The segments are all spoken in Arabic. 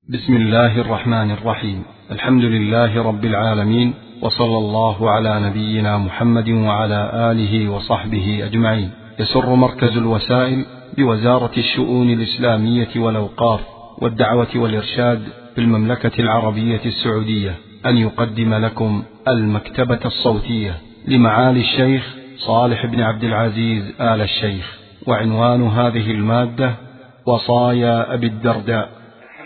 بسم الله الرحمن الرحيم. الحمد لله رب العالمين، وصلى الله على نبينا محمد وعلى آله وصحبه أجمعين. يسر مركز الوسائل بوزارة الشؤون الإسلامية والأوقاف والدعوة والإرشاد في المملكة العربية السعودية أن يقدم لكم المكتبة الصوتية لمعالي الشيخ صالح بن عبد العزيز آل الشيخ، وعنوان هذه المادة: وصايا أبي الدرداء.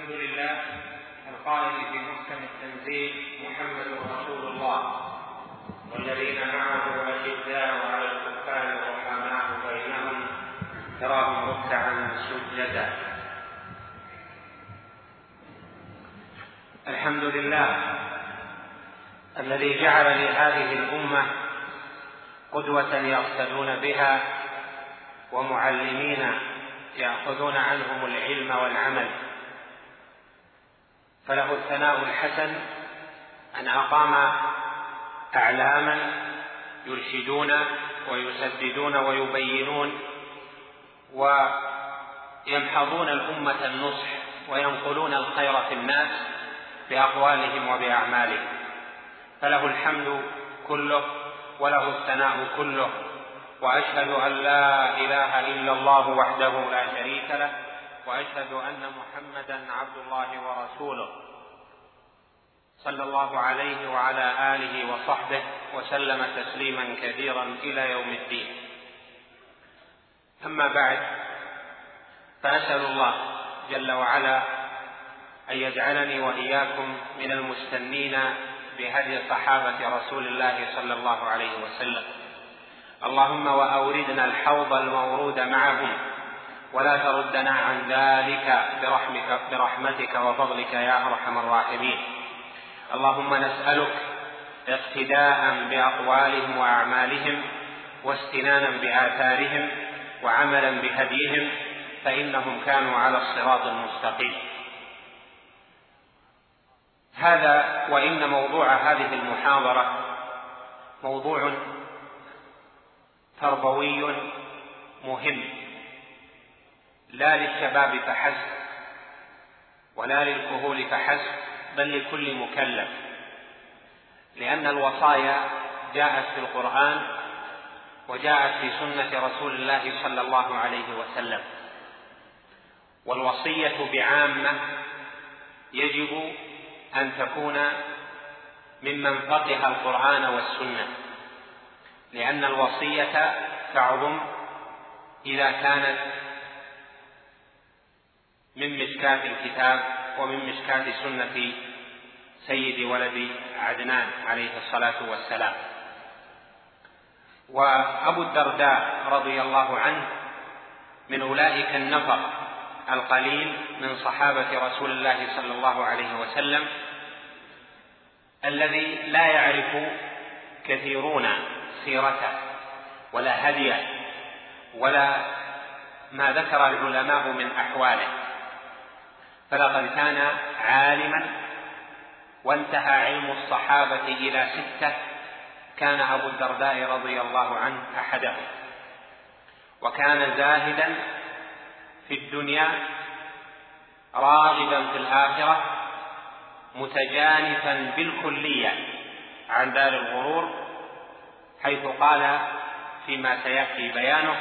الحمد لله الذي جعل لهذه الأمة قدوة يقتدون بها ومعلمين يأخذون عنهم العلم والعمل، فله الثناء الحسن أن أقام أعلاما يرشدون ويسددون ويبينون ويمحضون الأمة النصح وينقلون الخير في الناس بأقوالهم وبأعمالهم، فله الحمد كله وله الثناء كله، وأشهد أن لا إله إلا الله وحده لا شريك له، وأشهد أن محمدا عبد الله ورسوله، صلى الله عليه وعلى آله وصحبه وسلم تسليما كثيرا إلى يوم الدين. أما بعد، فأسأل الله جل وعلا أن يجعلني وإياكم من المستنين بهدي صحابة رسول الله صلى الله عليه وسلم. اللهم وأوردنا الحوض المورود معهم، ولا تردنا عن ذلك برحمتك وفضلك يا أرحم الراحمين. اللهم نسألك اقتداء بأقوالهم وأعمالهم، واستنانا بآثارهم، وعملا بهديهم، فإنهم كانوا على الصراط المستقيم. هذا وإن موضوع هذه المحاضرة موضوع تربوي مهم، لا للشباب فحسب ولا للكهول فحسب، بل لكل مكلف، لأن الوصايا جاءت في القرآن وجاءت في سنة رسول الله صلى الله عليه وسلم، والوصية بعامة يجب أن تكون ممن فقه القرآن والسنة، لأن الوصية تعظم إذا كانت من مشكاة الكتاب ومن مشكاة سنة سيد ولد عدنان عليه الصلاة والسلام. وأبو الدرداء رضي الله عنه من أولئك النفر القليل من صحابة رسول الله صلى الله عليه وسلم الذي لا يعرف كثيرون سيرته ولا هديه ولا ما ذكر العلماء من أحواله، فلقد كان عالما وانتهى علم الصحابة إلى 6، كان أبو الدرداء رضي الله عنه أحدهم، وكان زاهدا في الدنيا راغبا في الآخرة متجانفا بالكلية عن دار الغرور، حيث قال فيما سيأتي بيانه: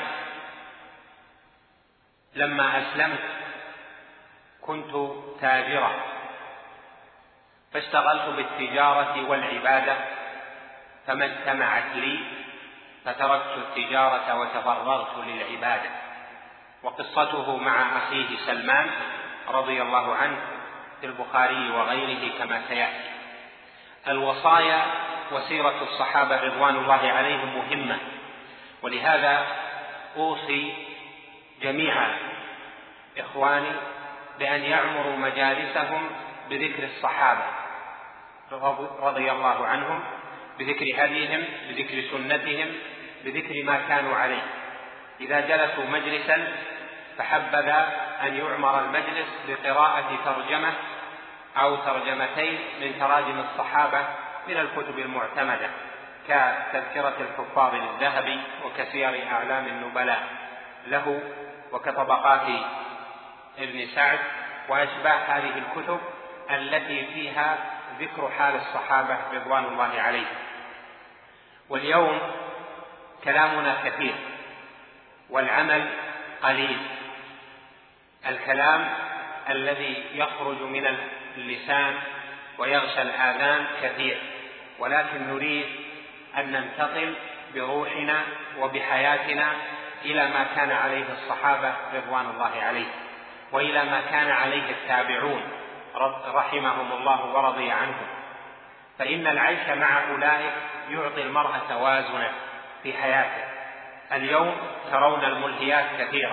لما أسلمت كنت تاجرا فاشتغلت بالتجارة والعبادة فما اجتمعت لي فتركت التجارة وتفرغت للعبادة. وقصته مع أخيه سلمان رضي الله عنه في البخاري وغيره كما سيأتي. الوصايا وسيرة الصحابة رضوان الله عليهم مهمة، ولهذا أوصي جميع إخواني بأن يعمروا مجالسهم بذكر الصحابة رضي الله عنهم، بذكر هديهم، بذكر سنتهم، بذكر ما كانوا عليه. إذا جلسوا مجلسا فحبذا أن يعمر المجلس بقراءة ترجمة أو ترجمتين من تراجم الصحابة من الكتب المعتمدة، كتذكرة الحفاظ للذهبي وكسير أعلام النبلاء له، وكطبقات ابن سعد وأشباه هذه الكتب التي فيها ذكر حال الصحابة رضوان الله عليهم. واليوم كلامنا كثير والعمل قليل. الكلام الذي يخرج من اللسان ويغشى الآذان كثير، ولكن نريد أن ننتقل بروحنا وبحياتنا إلى ما كان عليه الصحابة رضوان الله عليهم، وإلى ما كان عليه التابعون رحمهم الله ورضي عنهم. فإن العيش مع أولئك يعطي المرء توازنا في حياته. اليوم ترون الملهيات كثيرة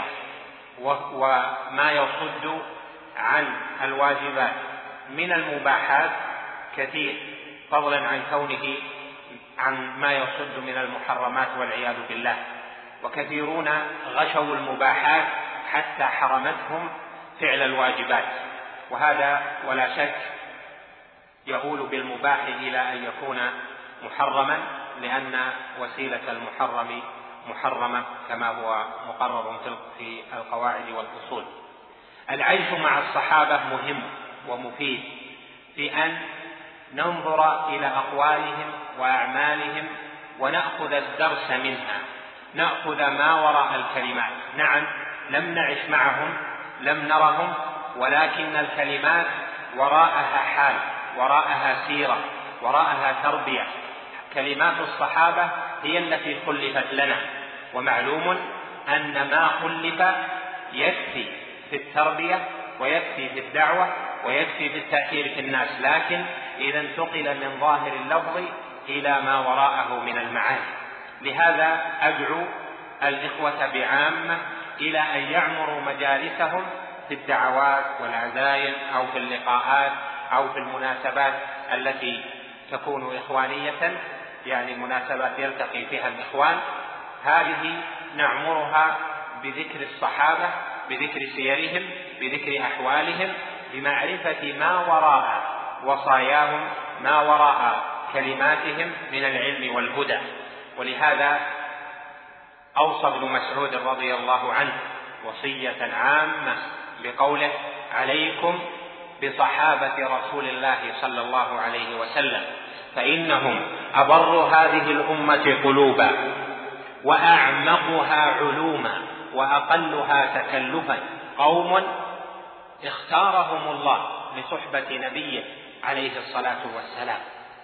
وما يصد عن الواجبات من المباحات كثير، فضلا عن كونه عن ما يصد من المحرمات والعياذ بالله. وكثيرون غشوا المباحات حتى حرمتهم فعل الواجبات، وهذا ولا شك يؤول بالمباح إلى أن يكون محرما، لأن وسيلة المحرم محرمة كما هو مقرر في القواعد والأصول. العيش مع الصحابة مهم ومفيد في أن ننظر إلى أقوالهم وأعمالهم ونأخذ الدرس منها، نأخذ ما وراء الكلمات. نعم، لم نعش معهم، لم نرهم، ولكن الكلمات وراءها حال، وراءها سيرة، وراءها تربية. كلمات الصحابة هي التي خلفت لنا، ومعلوم أن ما خلف يكفي في التربية ويكفي في الدعوة ويكفي في التأثير في الناس، لكن إذا انتقل من ظاهر اللفظ إلى ما وراءه من المعاني. لهذا أدعو الإخوة بعامة إلى أن يعمروا مجالسهم في الدعوات والعزايم أو في اللقاءات أو في المناسبات التي تكون إخوانية، يعني مناسبات يلتقي فيها الإخوان، هذه نعمرها بذكر الصحابة، بذكر سيرهم، بذكر أحوالهم، بمعرفة ما وراء وصاياهم، ما وراء كلماتهم من العلم والهدى. ولهذا أوصى ابن مسعود رضي الله عنه وصية عامة بقوله: عليكم بصحابة رسول الله صلى الله عليه وسلم، فإنهم أبر هذه الأمة قلوبا وأعمقها علوما وأقلها تكلفا، قوم اختارهم الله لصحبة نبيه عليه الصلاة والسلام،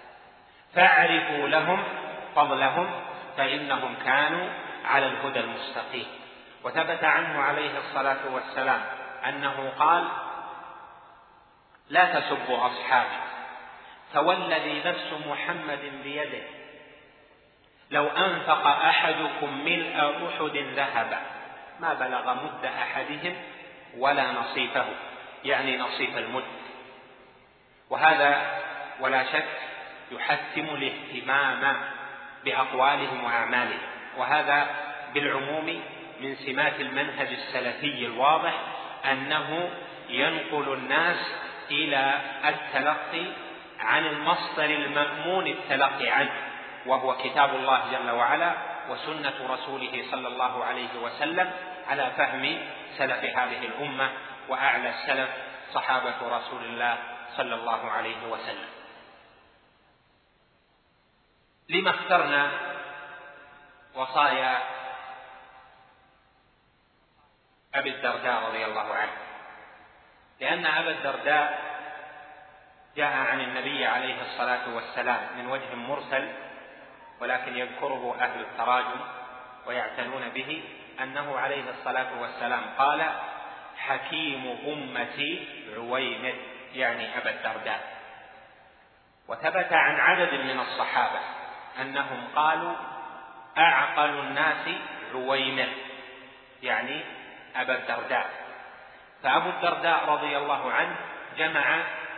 فاعرفوا لهم فضلهم فإنهم كانوا على الهدى المستقيم. وثبت عنه عليه الصلاة والسلام أنه قال: لا تسبوا أصحابي، فوالذي نفس محمد بيده لو أنفق أحدكم ملء أحد ذهبا ما بلغ مد أحدهم ولا نصيفه، يعني نصيف المد. وهذا ولا شك يحتم الاهتمام بأقوالهم وأعمالهم، وهذا بالعموم من سمات المنهج السلفي الواضح، أنه ينقل الناس إلى التلقي عن المصدر المأمون التلقي عنه، وهو كتاب الله جل وعلا وسنة رسوله صلى الله عليه وسلم، على فهم سلف هذه الأمة وأعلى السلف صحابة رسول الله صلى الله عليه وسلم. لما اخترنا وصايا أبي الدرداء رضي الله عنه؟ لأن أبا الدرداء جاء عن النبي عليه الصلاة والسلام من وجه مرسل، ولكن يذكره أهل التراجم ويعتنون به، أنه عليه الصلاة والسلام قال: حكيم أمتي عويمر، يعني أبا الدرداء. وثبت عن عدد من الصحابة أنهم قالوا: أعقل الناس عويمر، يعني أبا الدرداء. فأبو الدرداء رضي الله عنه جمع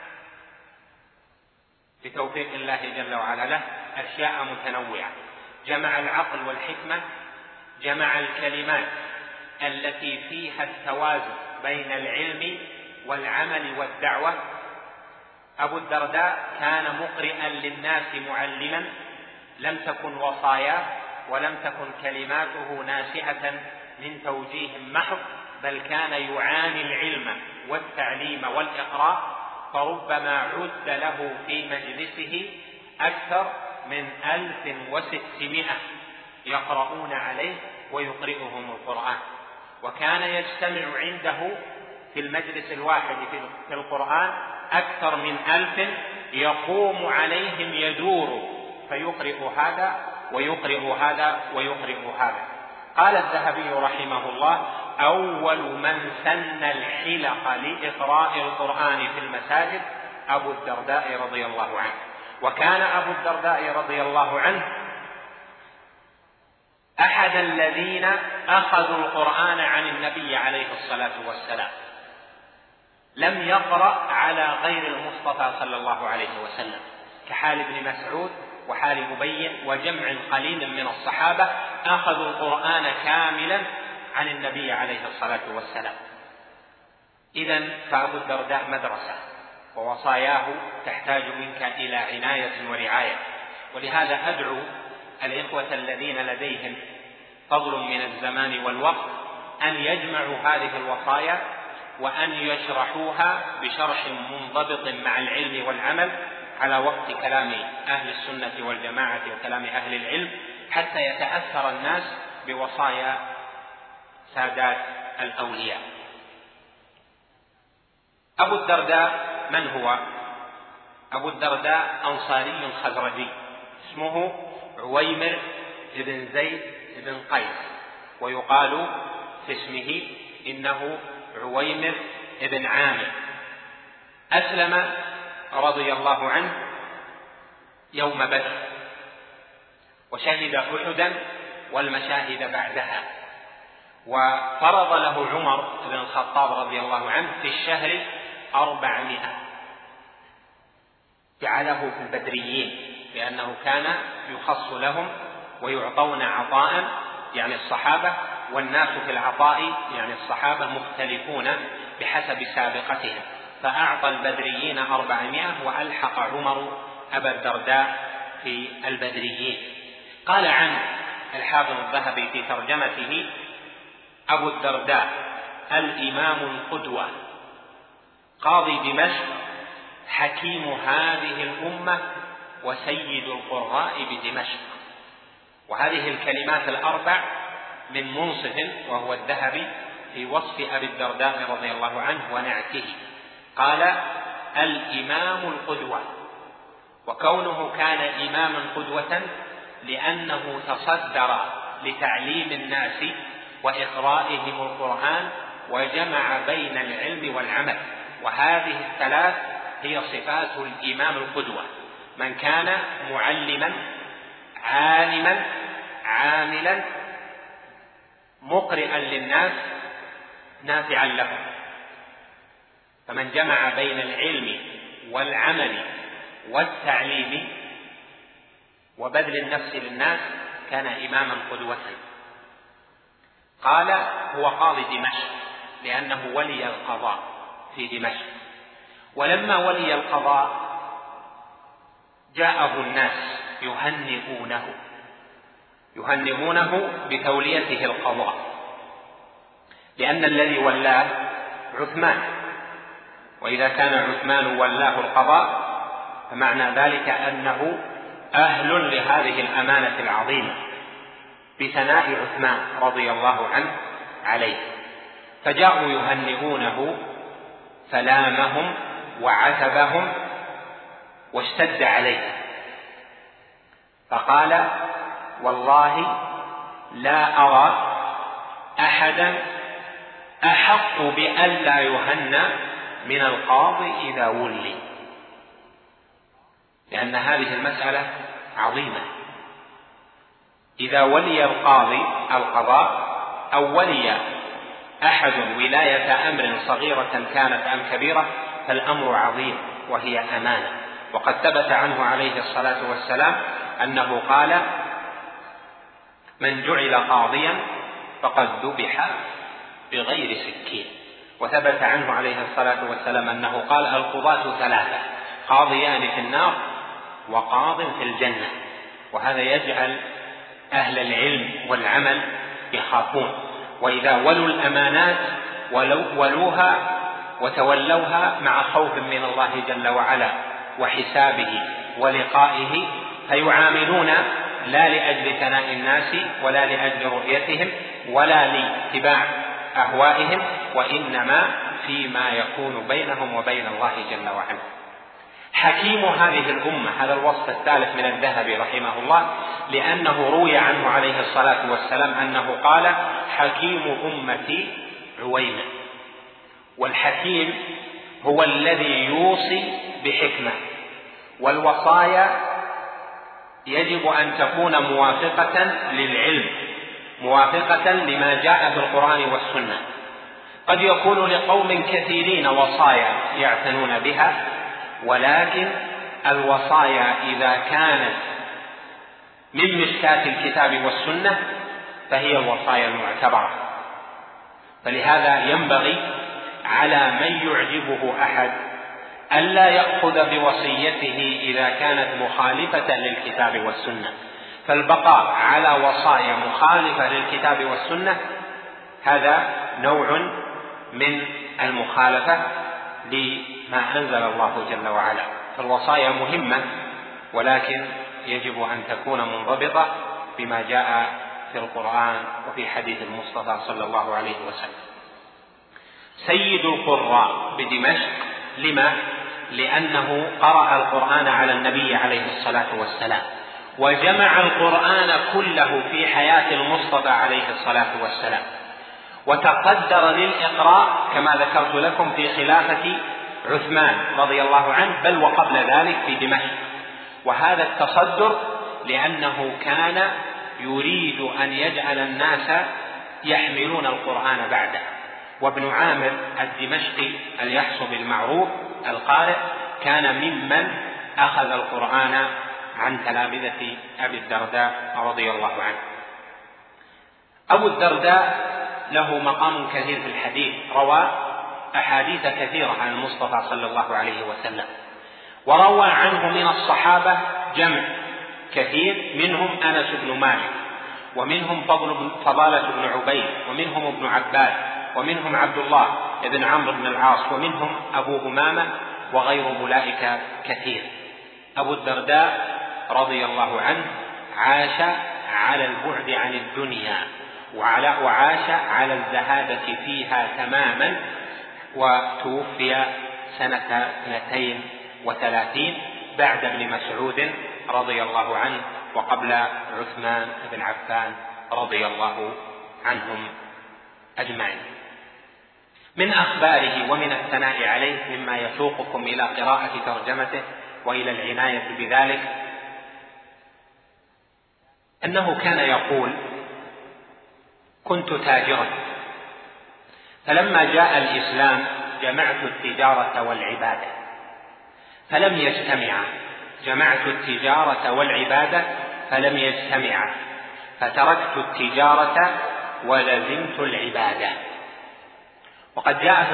بتوفيق الله جل وعلا له أشياء متنوعة، جمع العقل والحكمة، جمع الكلمات التي فيها التوازن بين العلم والعمل والدعوة. أبو الدرداء كان مقرئا للناس معلما، لم تكن وصاياه ولم تكن كلماته ناشئة من توجيه محض، بل كان يعاني العلم والتعليم والإقراء، فربما عد له في مجلسه أكثر من 1600 يقرؤون عليه ويقرئهم القرآن. وكان يجتمع عنده في المجلس الواحد في القرآن أكثر من 1000 يقوم عليهم يدور، فيقرئ هذا ويقرئ هذا ويقرئ هذا. قال الذهبي رحمه الله: أول من سن الحلق لإقراء القرآن في المساجد أبو الدرداء رضي الله عنه. وكان أبو الدرداء رضي الله عنه أحد الذين أخذوا القرآن عن النبي عليه الصلاة والسلام، لم يقرأ على غير المصطفى صلى الله عليه وسلم، كحال ابن مسعود وحال أبي وجمع قليل من الصحابة أخذوا القرآن كاملا عن النبي عليه الصلاة والسلام. إذن فأبو الدرداء مدرسة، ووصاياه تحتاج منك إلى عناية ورعاية. ولهذا أدعو الإخوة الذين لديهم فضل من الزمان والوقت أن يجمعوا هذه الوصايا وأن يشرحوها بشرح منضبط مع العلم والعمل على وقت كلام أهل السنة والجماعة وكلام أهل العلم، حتى يتأثر الناس بوصايا سادات الأولياء. أبو الدرداء من هو؟ أبو الدرداء أنصاري خزرجي، اسمه عويمر بن زيد بن قيس، ويقال في اسمه إنه عويمر بن عامر. أسلم رضي الله عنه يوم بدر، وشهد أحدا والمشاهد بعدها، وفرض له عمر بن الخطاب رضي الله عنه في الشهر 400، جعله في البدريين، لأنه كان يخص لهم ويعطون عطاء، يعني الصحابة، والناس في العطاء يعني الصحابة مختلفون بحسب سابقتهم، فأعطى البدريين 400 وألحق عمر أبا الدرداء في البدريين. قال عنه الحافظ الذهبي في ترجمته: أبو الدرداء الإمام القدوة، قاضي دمشق، حكيم هذه الأمة، وسيد القراء بدمشق. وهذه الكلمات الأربع من منصف وهو الذهبي في وصف أبي الدرداء رضي الله عنه ونعته. قال: الإمام القدوة. وكونه كان إماما قدوة لأنه تصدر لتعليم الناس وإقرائهم القرآن، وجمع بين العلم والعمل، وهذه الثلاث هي صفات الإمام القدوة: من كان معلما عالما عاملا مقرئا للناس نافعا لهم. فمن جمع بين العلم والعمل والتعليم وبذل النفس للناس كان إماما قدوة. قال: هو قاضي دمشق لأنه ولي القضاء في دمشق. ولما ولي القضاء جاءه الناس يهنئونه بتوليته القضاء، لأن الذي ولاه عثمان، وإذا كان عثمان ولاه القضاء فمعنى ذلك أنه أهل لهذه الأمانة العظيمة بثناء عثمان رضي الله عنه عليه. فجاءوا يهنئونه فلامهم وعتبهم واشتد عليه، فقال: والله لا أرى أحدا أحق بألا يهنى من القاضي إذا ولي، لأن هذه المسألة عظيمة. إذا ولي القاضي القضاء أو ولي أحد ولاية أمر صغيرة كانت أم كبيرة فالأمر عظيم وهي أمانة. وقد ثبت عنه عليه الصلاة والسلام أنه قال: من جعل قاضيا فقد ذبح بغير سكين. وثبت عنه عليه الصلاة والسلام أنه قال: القضاة ثلاثة، قاضيان في النار وقاض في الجنة. وهذا يجعل أهل العلم والعمل يخافون، وإذا ولوا الأمانات ولوها وتولوها مع خوف من الله جل وعلا وحسابه ولقائه، فيعاملون لا لأجل ثناء الناس ولا لأجل رؤيتهم ولا لاتباع أهوائهم، وإنما فيما يكون بينهم وبين الله جل وعلا. حكيم هذه الأمة، هذا الوصف الثالث من الذهبي رحمه الله، لأنه روي عنه عليه الصلاة والسلام أنه قال: حكيم أمتي عويمة. والحكيم هو الذي يوصي بحكمة، والوصايا يجب أن تكون موافقة للعلم، موافقة لما جاء في القرآن والسنة. قد يكون لقوم كثيرين وصايا يعتنون بها، ولكن الوصايا إذا كانت من مشكاة الكتاب والسنة فهي الوصايا المعتبرة. فلهذا ينبغي على من يعجبه أحد ألا يأخذ بوصيته إذا كانت مخالفة للكتاب والسنة، فالبقاء على وصايا مخالفة للكتاب والسنة هذا نوع من المخالفة لما أنزل الله جل وعلا. فالوصايا مهمة، ولكن يجب أن تكون منضبطة بما جاء في القرآن وفي حديث المصطفى صلى الله عليه وسلم. سيد القراء بدمشق، لما؟ لأنه قرأ القرآن على النبي عليه الصلاة والسلام، وجمع القرآن كله في حياة المصطفى عليه الصلاة والسلام، وتقدر للإقراء كما ذكرت لكم في خلافة عثمان رضي الله عنه، بل وقبل ذلك في دمشق. وهذا التصدر لأنه كان يريد أن يجعل الناس يحملون القرآن بعده. وابن عامر الدمشقي اليحصب المعروف القارئ كان ممن أخذ القرآن عن تلامذة أبي الدرداء رضي الله عنه. أبو الدرداء له مقام كثير في الحديث، روى أحاديث كثيرة عن المصطفى صلى الله عليه وسلم، وروى عنه من الصحابة جمع كثير، منهم أنس بن مالك، ومنهم فضالة بن عبيد، ومنهم ابن عباس، ومنهم عبد الله بن عمرو بن العاص، ومنهم أبو همامة، وغير أولئك كثير. أبو الدرداء رضي الله عنه عاش على البعد عن الدنيا، وعاش على الزهادة فيها تماما، وتوفي سنة 32 بعد ابن مسعود رضي الله عنه، وقبل عثمان بن عفان رضي الله عنهم أجمعين. من أخباره ومن الثناء عليه مما يسوقكم إلى قراءة ترجمته وإلى العناية بذلك أنه كان يقول: كنت تاجرا، فلما جاء الإسلام جمعت التجارة والعبادة فلم يجتمعا، جمعت التجارة والعبادة فلم يجتمعا، فتركت التجارة ولزمت العبادة. وقد جاء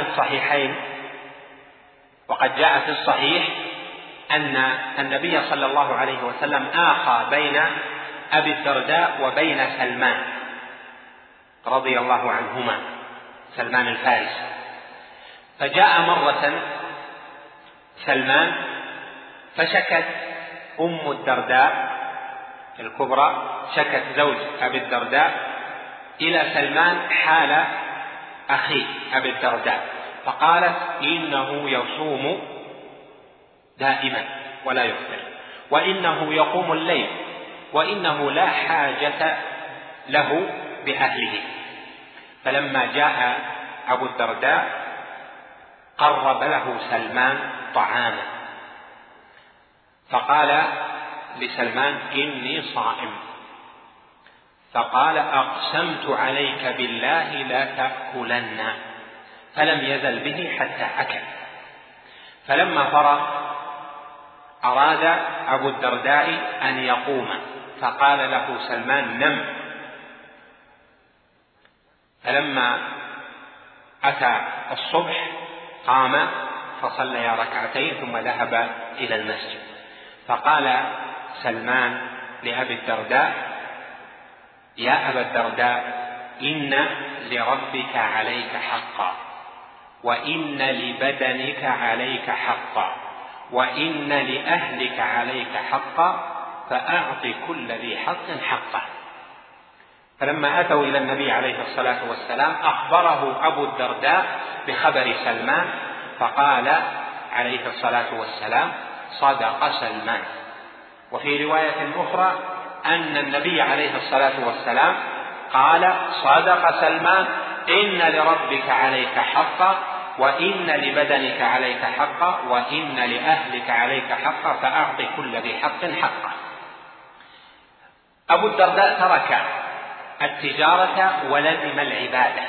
في الصحيح أن النبي صلى الله عليه وسلم آخى بين أبي الدرداء وبين سلمان رضي الله عنهما، سلمان الفارسي. فجاء مرة سلمان فشكت أم الدرداء الكبرى، شكت زوج أبي الدرداء إلى سلمان حال أخيه أبي الدرداء، فقالت: إنه يصوم دائما ولا يفطر، وإنه يقوم الليل، وإنه لا حاجة له بأهله. فلما جاء أبو الدرداء قرب له سلمان طعاما، فقال لسلمان: إني صائم. فقال: أقسمت عليك بالله لا تأكلن، فلم يزل به حتى أكل. فلما فرغ أراد أبو الدرداء أن يقوم، فقال له سلمان: نم. فلما أتى الصبح قام فصلى ركعتين ثم ذهب إلى المسجد. فقال سلمان لأبي الدرداء: يا أبا الدرداء، إن لربك عليك حقا، وإن لبدنك عليك حقا، وإن لأهلك عليك حقا، فأعط كل ذي حق حقه. فلما أتوا إلى النبي عليه الصلاة والسلام أخبره أبو الدرداء بخبر سلمان، فقال عليه الصلاة والسلام: صدق سلمان. وفي رواية أخرى أن النبي عليه الصلاة والسلام قال: صدق سلمان، إن لربك عليك حقا، وإن لبدنك عليك حقا، وإن لأهلك عليك حقا، فأعط كل ذي حق حقه. أبو الدرداء ترك التجارة ولزم العبادة.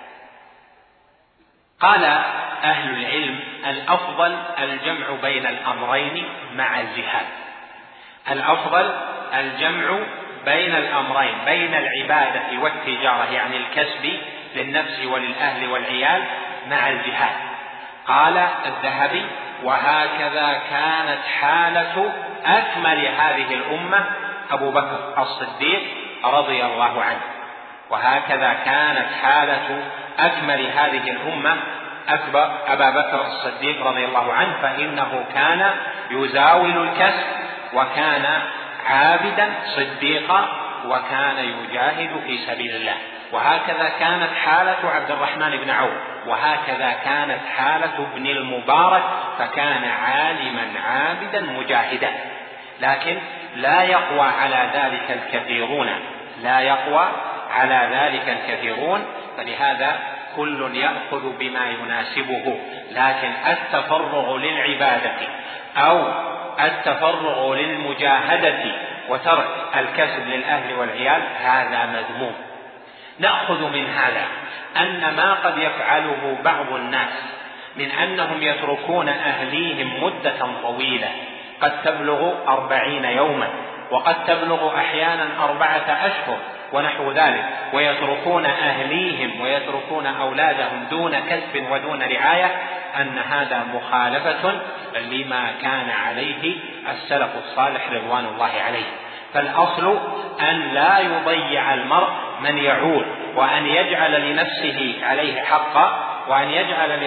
قال أهل العلم: الأفضل الجمع بين الأمرين مع الجهاد. الأفضل الجمع بين الأمرين، بين العبادة والتجارة، يعني الكسب للنفس وللأهل والعيال، مع الجهاد. قال الذهبي: وهكذا كانت حالة أكمل هذه الأمة أبو بكر الصديق رضي الله عنه. وهكذا كانت حالة أكمل هذه الأمة أبا بكر الصديق رضي الله عنه، فإنه كان يزاول الكسب، وكان عابدا صديقا، وكان يجاهد في سبيل الله. وهكذا كانت حالة عبد الرحمن بن عوف، وهكذا كانت حالة ابن المبارك، فكان عالما عابدا مجاهدا. لكن لا يقوى على ذلك الكثيرون، لا يقوى على ذلك الكثيرون، فلهذا كل يأخذ بما يناسبه. لكن التفرغ للعبادة أو التفرغ للمجاهدة وترك الكسب للأهل والعيال هذا مذموم. نأخذ من هذا أن ما قد يفعله بعض الناس من أنهم يتركون أهليهم مدة طويلة، قد تبلغ 40 يوما، وقد تبلغ أحيانا 4 أشهر ونحو ذلك، ويتركون أهليهم ويتركون أولادهم دون كسب ودون رعاية، أن هذا مخالفة لما كان عليه السلف الصالح رضوان الله عليه. فالأصل أن لا يضيع المرء من يعول، وأن يجعل لنفسه عليه حقا، وأن يجعل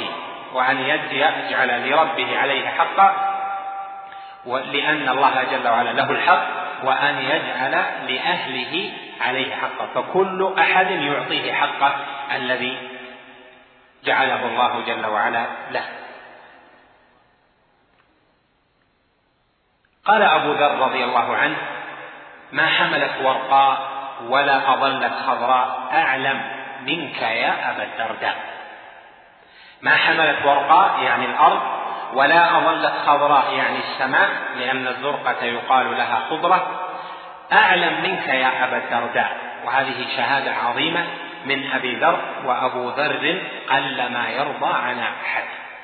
لربه عليه حقا، لأن الله جل وعلا له الحق، وأن يجعل لأهله عليه حقا، فكل أحد يعطيه حقه الذي جعله الله جل وعلا له. قال أبو ذر رضي الله عنه: ما حملت ورقاء ولا أظلت خضراء أعلم منك يا أبا الدرداء. ما حملت ورقاء يعني الأرض، ولا أظلت خضراء يعني السماء، لأن الزرقة يقال لها خضرة، أعلم منك يا أبا الدرداء. وهذه شهادة عظيمة من أبي ذر، وأبو ذر قل ما يرضى عن أحد.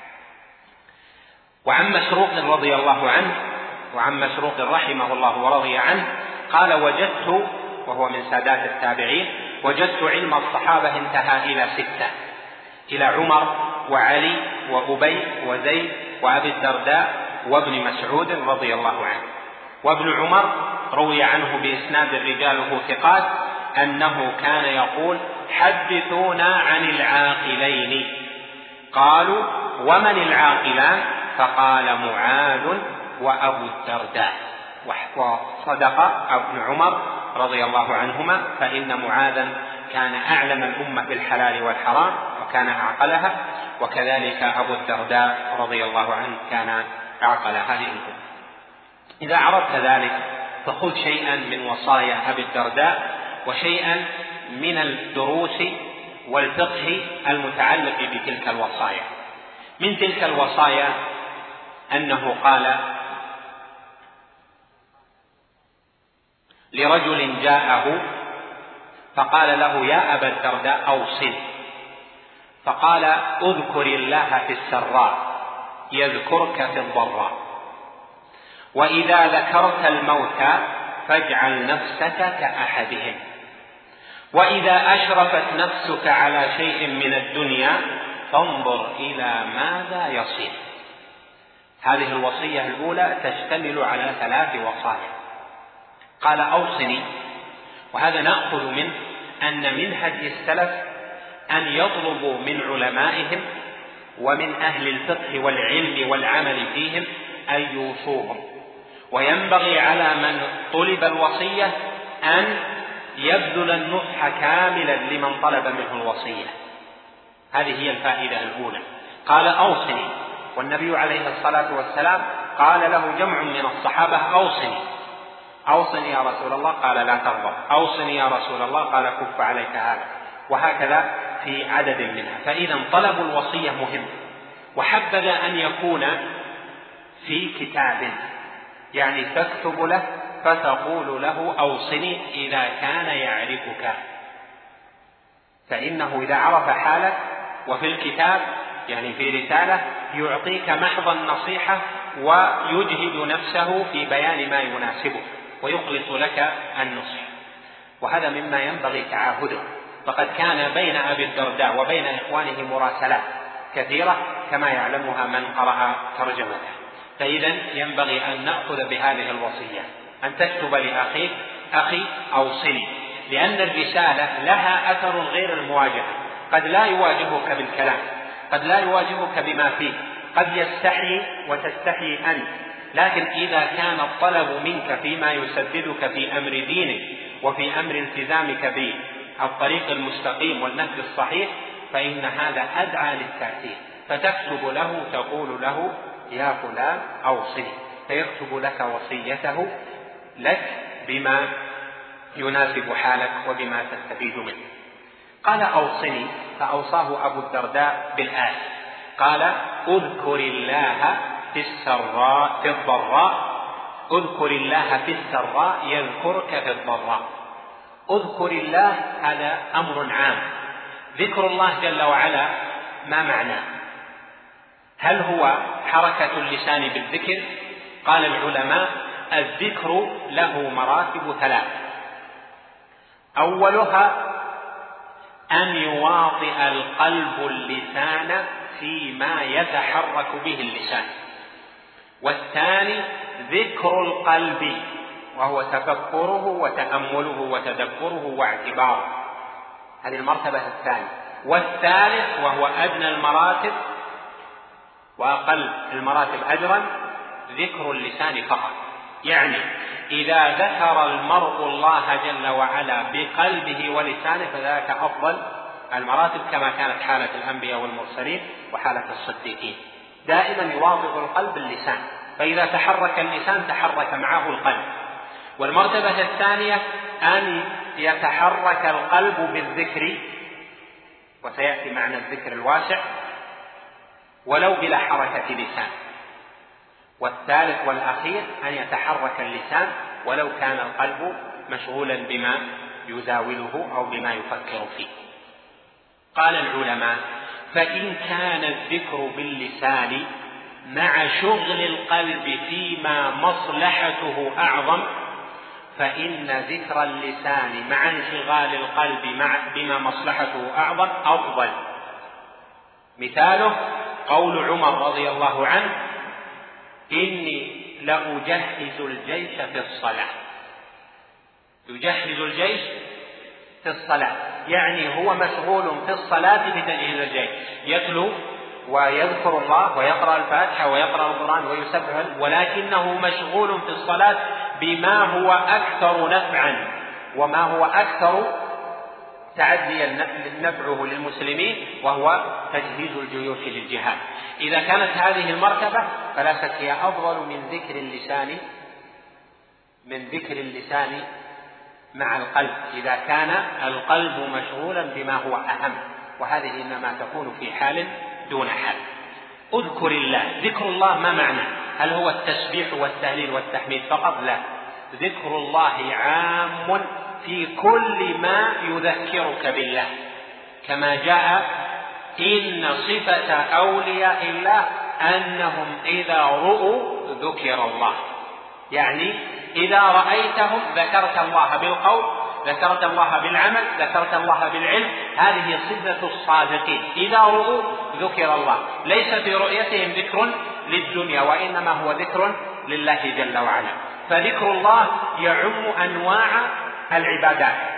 وعن مسروق رضي الله عنه، وعن مسروق رحمه الله ورضي عنه قال: وجدت، وهو من سادات التابعين، وجدت علم الصحابة انتهى إلى 6، إلى عمر وعلي وأبي وزيد وأبي الدرداء وابن مسعود رضي الله عنه. وابن عمر روي عنه بإسناد رجاله ثقات أنه كان يقول: حدثونا عن العاقلين. قالوا: ومن العاقلان؟ فقال: معاذ وأبو الدرداء. وصدق ابن عمر رضي الله عنهما، فإن معاذا كان أعلم الأمة بالحلال والحرام وكان أعقلها، وكذلك أبو الدرداء رضي الله عنه كان أعقل هذه الأمة. إذا عرفت ذلك فخذ شيئا من وصايا أبي الدرداء وشيئا من الدروس والفقه المتعلق بتلك الوصايا. من تلك الوصايا أنه قال لرجل جاءه فقال له: يا أبا الدرداء أوصل. فقال: اذكر الله في السراء يذكرك في الضراء، وإذا ذكرت الموت فاجعل نفسك كأحدهم، وإذا أشرفت نفسك على شيء من الدنيا فانظر إلى ماذا يصير. هذه الوصية الأولى تشتمل على 3 وصايا. قال: أوصني، وهذا نأخذ منه أن من هدي السلف أن يطلبوا من علمائهم ومن أهل الفقه والعلم والعمل فيهم أن يوصوهم، وينبغي على من طلب الوصية أن يبذل النصح كاملا لمن طلب منه الوصية. هذه هي الفائدة الأولى. قال أوصني، والنبي عليه الصلاة والسلام قال له جمع من الصحابة أوصني، أوصني يا رسول الله، قال لا تغضب، أوصني يا رسول الله، قال كف عليك هذا، وهكذا في عدد منها. فإذا طلب الوصية مهم، وحبذا أن يكون في كتاب، يعني تكتب له فتقول له أوصني إذا كان يعرفك، فإنه إذا عرف حالك وفي الكتاب يعني في رسالة يعطيك محض النصيحة ويجهد نفسه في بيان ما يناسبه ويخلص لك النصح، وهذا مما ينبغي تعاهده. فقد كان بين أبي الدرداء وبين إخوانه مراسلات كثيرة كما يعلمها من قرأ ترجمته. فإذا ينبغي أن نأخذ بهذه الوصية، أن تكتب لأخيك أخي أوصني، لأن الرسالة لها أثر غير المواجهة. قد لا يواجهك بالكلام، قد لا يواجهك بما فيه، قد يستحي وتستحي أنت، لكن إذا كان الطلب منك فيما يسددك في أمر دينك وفي أمر التزامك بالطريق المستقيم والنهج الصحيح فإن هذا أدعى للتأثير. فتكتب له تقول له يا فلان أوصني، فيكتب لك وصيته لك بما يناسب حالك وبما تستفيد منه. قال أوصني، فأوصاه أبو الدرداء بالآية، قال اذكر الله في السراء في الضراء، اذكر الله في السراء يذكرك في الضراء. اذكر الله هذا أمر عام. ذكر الله جل وعلا ما معناه؟ هل هو حركة اللسان بالذكر؟ قال العلماء الذكر له مراتب ثلاث، أولها أن يواطئ القلب اللسان فيما يتحرك به اللسان، والثاني ذكر القلب وهو تفكره وتأمله وتدبره واعتباره، هذه المرتبة الثانية. والثالث وهو أدنى المراتب وأقل المراتب أجرا ذكر اللسان فقط، يعني إذا ذكر المرء الله جل وعلا بقلبه ولسانه فذلك أفضل المراتب، كما كانت حالة الأنبياء والمرسلين وحالة الصديقين. دائما يواطئ القلب اللسان، فإذا تحرك اللسان تحرك معه القلب. والمرتبة الثانية أن يتحرك القلب بالذكر، وسيأتي معنى الذكر الواسع، ولو بلا حركة لسان. والثالث والأخير أن يتحرك اللسان ولو كان القلب مشغولا بما يزاوله أو بما يفكر فيه. قال العلماء فإن كان الذكر باللسان مع شغل القلب فيما مصلحته أعظم فإن ذكر اللسان مع انشغال القلب بما مصلحته أعظم أفضل. مثاله قول عمر رضي الله عنه إني لأجهز الجيش في الصلاة. يجهز الجيش في الصلاة يعني هو مشغول في الصلاة بتجهيز الجيش، يتلو ويذكر الله ويقرأ الفاتحة ويقرأ القرآن ويسبح، ولكنه مشغول في الصلاة بما هو أكثر نفعا وما هو أكثر تعديا نفعه للمسلمين، وهو تجهيز الجيوش للجهاد. إذا كانت هذه المرتبة فلا شك هي أفضل من ذكر اللسان مع القلب، إذا كان القلب مشغولا بما هو أهم، وهذه إنما تكون في حال دون حال. اذكر الله، ذكر الله ما معنى؟ هل هو التسبيح والتهليل والتحميد فقط؟ لا، ذكر الله عام في كل ما يذكرك بالله، كما جاء إن صفة أولياء الله أنهم إذا رؤوا ذكر الله، يعني إذا رأيتهم ذكرت الله بالقول، ذكرت الله بالعمل، ذكرت الله بالعلم. هذه صفة الصادقين، إذا رؤوا ذكر الله، ليس في رؤيتهم ذكر للدنيا وإنما هو ذكر لله جل وعلا. فذكر الله يعم أنواع العبادات،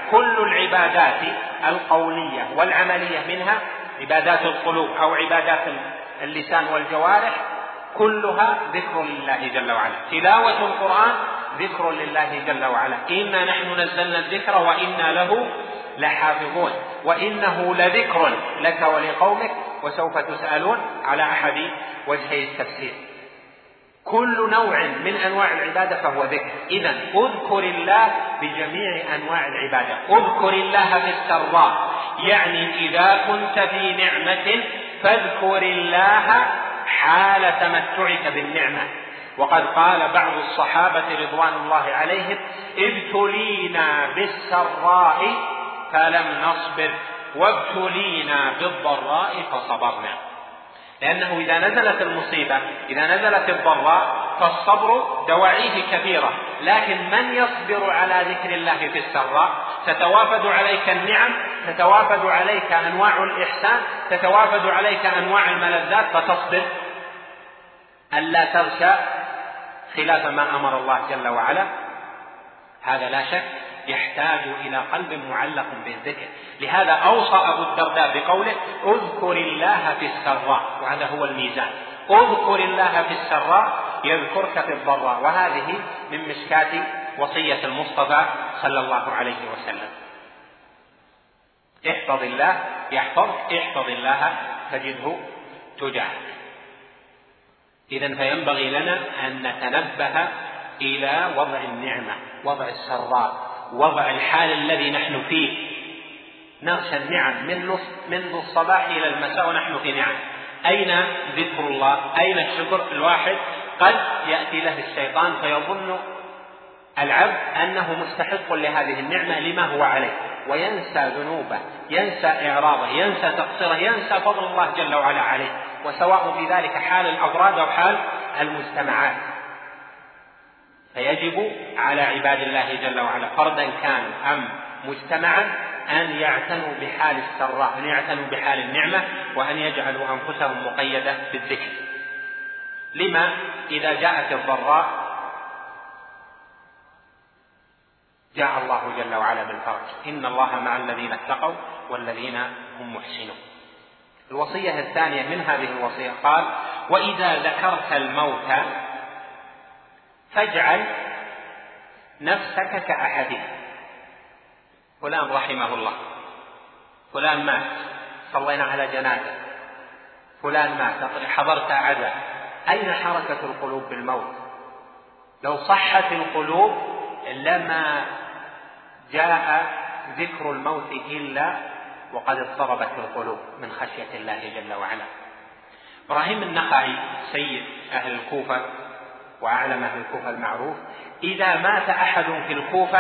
كل العبادات القولية والعملية منها عبادات القلوب أو عبادات اللسان والجوارح كلها ذكر لله جل وعلا. تلاوة القرآن ذكر لله جل وعلا، إنا نحن نزلنا الذكر وإنا له لحافظون، وإنه لذكر لك ولقومك وسوف تسألون على أحد وجهي التفسير. كل نوع من أنواع العبادة فهو ذكر. إذن اذكر الله بجميع أنواع العبادة. اذكر الله في السراء، يعني إذا كنت في نعمة فاذكر الله حال تمتعك بالنعمة. وقد قال بعض الصحابة رضوان الله عليهم: ابتلينا بالسراء فلم نصبر وابتلينا بالضراء فصبرنا. لأنه إذا نزلت المصيبة، إذا نزلت الضراء، فالصبر دواعيه كثيرة، لكن من يصبر على ذكر الله في السراء تتوافد عليك النعم، تتوافد عليك أنواع الإحسان، تتوافد عليك أنواع الملذات، فتصبر ألا تغشى خلاف ما أمر الله جل وعلا. هذا لا شك يحتاج إلى قلب معلق بالذكر. لهذا أوصى أبو الدرداء بقوله: اذكر الله في السراء، وهذا هو الميزان. اذكر الله في السراء يذكرك في الضراء. وهذه من مشكاة وصية المصطفى صلى الله عليه وسلم: احفظ الله يحفظك، احفظ الله تجده تجاهك. إذن فينبغي لنا أن نتنبه إلى وضع النعمة، وضع السراء، وضع الحال الذي نحن فيه. نغشى النعم منذ الصباح إلى المساء ونحن في نعم. أين ذكر الله؟ أين الشكر؟ الواحد قد يأتي له الشيطان فيظن العبد أنه مستحق لهذه النعمة لما هو عليه، وينسى ذنوبه، ينسى إعراضه، ينسى تقصيره، ينسى فضل الله جل وعلا عليه. وسواء في ذلك حال الأفراد أو حال المجتمعات. فيجب على عباد الله جل وعلا فردا كانوا أم مجتمعا أن يعتنوا بحال السراء، أن يعتنوا بحال النعمة، وأن يجعلوا أنفسهم مقيدة بالذكر. لما إذا جاءت الضراء جاء الله جل وعلا بالفرج: إن الله مع الذين اتقوا والذين هم محسنون. الوصية الثانية من هذه الوصية قال: وإذا ذكرت الموت فاجعل نفسك كأحدهم. فلان رحمه الله، فلان مات، صلينا على جنازة، فلان مات، حضرت عزاء. أين حركة القلوب بالموت؟ لو صحت القلوب لما جاء ذكر الموت إلا وقد اضطربت القلوب من خشية الله جل وعلا. إبراهيم النخعي سيد أهل الكوفة وأعلم أهل الكوفة المعروف، إذا مات أحد في الكوفة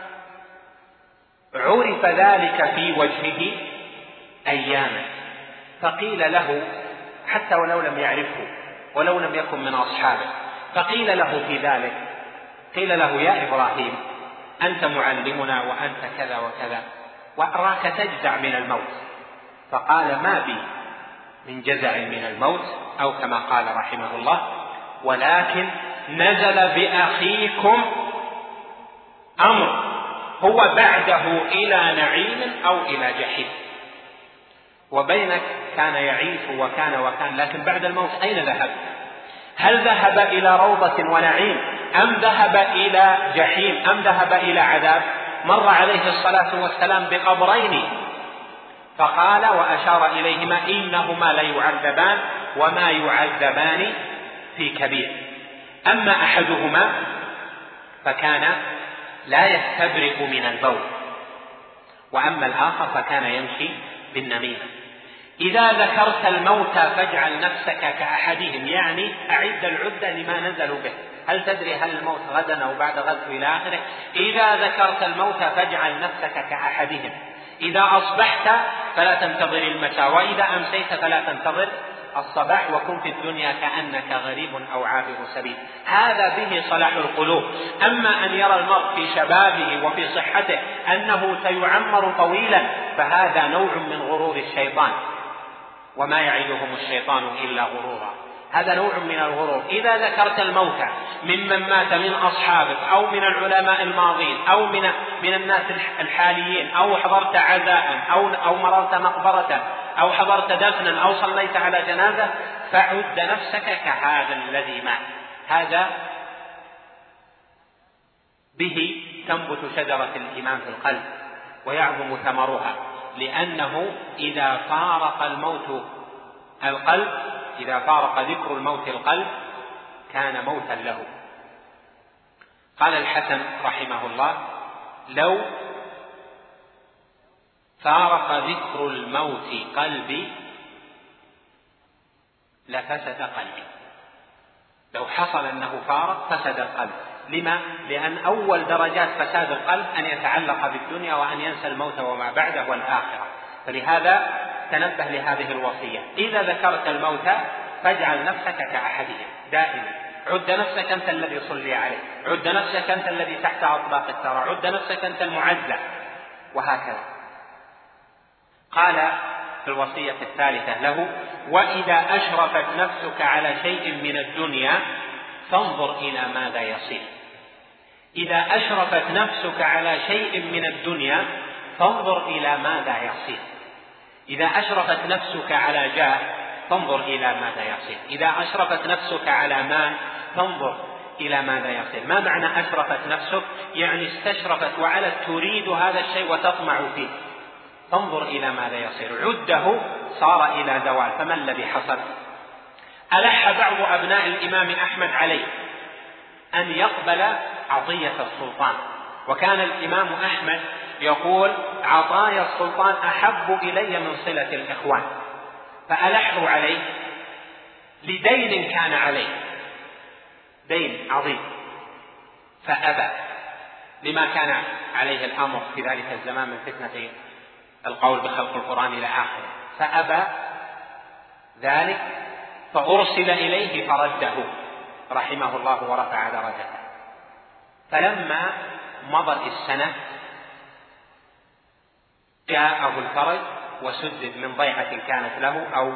عرف ذلك في وجهه أياما، فقيل له حتى ولو لم يعرفه ولو لم يكن من أصحابه، فقيل له في ذلك، قيل له: يا إبراهيم أنت معلمنا وأنت كذا وكذا وأراك تجزع من الموت. فقال: ما بي من جزع من الموت، أو كما قال رحمه الله: ولكن نزل بأخيكم أمر هو بعده إلى نعيم أو إلى جحيم. وبينك كان يعيش وكان، لكن بعد الموت أين ذهب؟ هل ذهب إلى روضة ونعيم، أم ذهب إلى جحيم، أم ذهب إلى عذاب؟ مر عليه الصلاة والسلام بقبرين فقال وأشار إليهما: إنهما ليعذبان وما يعذبان في كبير. أما أحدهما فكان لا يستبرئ من البول، وأما الآخر فكان يمشي بالنميمة. إذا ذكرت الموت فاجعل نفسك كأحدهم، يعني أعد العدة لما نزلوا به. هل تدري هل الموت غدا أو بعد غد إلى آخره؟ إذا ذكرت الموت فاجعل نفسك كأحدهم. إذا أصبحت فلا تنتظر المساء، وإذا أمسيت فلا تنتظر الصباح، وكن في الدنيا كأنك غريب أو عابر سبيل. هذا به صلاح القلوب. أما أن يرى المرء في شبابه وفي صحته أنه سيعمر طويلا فهذا نوع من غرور الشيطان، وما يعدهم الشيطان إلا غرورا. هذا نوع من الغرور. إذا ذكرت الموت ممن مات من أصحابك أو من العلماء الماضين أو من الناس الحاليين، أو حضرت عزاء أو مررت مقبرة أو حضرت دفنا أو صليت على جنازة، فعد نفسك كهذا الذي مات. هذا به تنبت شجرة الإيمان في القلب ويعظم ثمرها، لأنه إذا فارق الموت القلب، إذا فارق ذكر الموت القلب كان موتا له. قال الحسن رحمه الله: لو فارق ذكر الموت قلبي لفسد قلبي. لو حصل أنه فارق فسد القلب. لما؟ لأن أول درجات فساد القلب أن يتعلق بالدنيا وأن ينسى الموت وما بعده والآخرة. فلهذا تنبه لهذه الوصية: إذا ذكرت الموت فاجعل نفسك كأحدهم دائما. عد نفسك أنت الذي صلي عليه، عد نفسك أنت الذي تحت أطباق الثرى، عد نفسك أنت المعزى، وهكذا. قال في الوصية الثالثة له: وإذا أشرفت نفسك على شيء من الدنيا فانظر إلى ماذا يصير. إذا أشرفت نفسك على شيء من الدنيا فانظر إلى ماذا يصير. إذا أشرفت نفسك على جاه فانظر إلى ماذا يصير. إذا أشرفت نفسك على مال فانظر إلى ماذا يصير. ما معنى أشرفت نفسك؟ يعني استشرفت وعلت تريد هذا الشيء وتطمع فيه. فانظر إلى ماذا يصير. عده صار إلى زوال. فما الذي حصل؟ ألح بعض أبناء الإمام أحمد عليه أن يقبل عطية السلطان، وكان الإمام أحمد يقول: عطايا السلطان أحب إلي من صلة الإخوان. فألحوا عليه لدين كان عليه، دين عظيم، فأبى لما كان عليه الأمر في ذلك الزمان من فتنة القول بخلق القرآن إلى آخره، فأبى ذلك، فأرسل إليه فرده رحمه الله ورفع درجته. فلما مضت السنة جاءه الفرج وسدد من ضيعة كانت له أو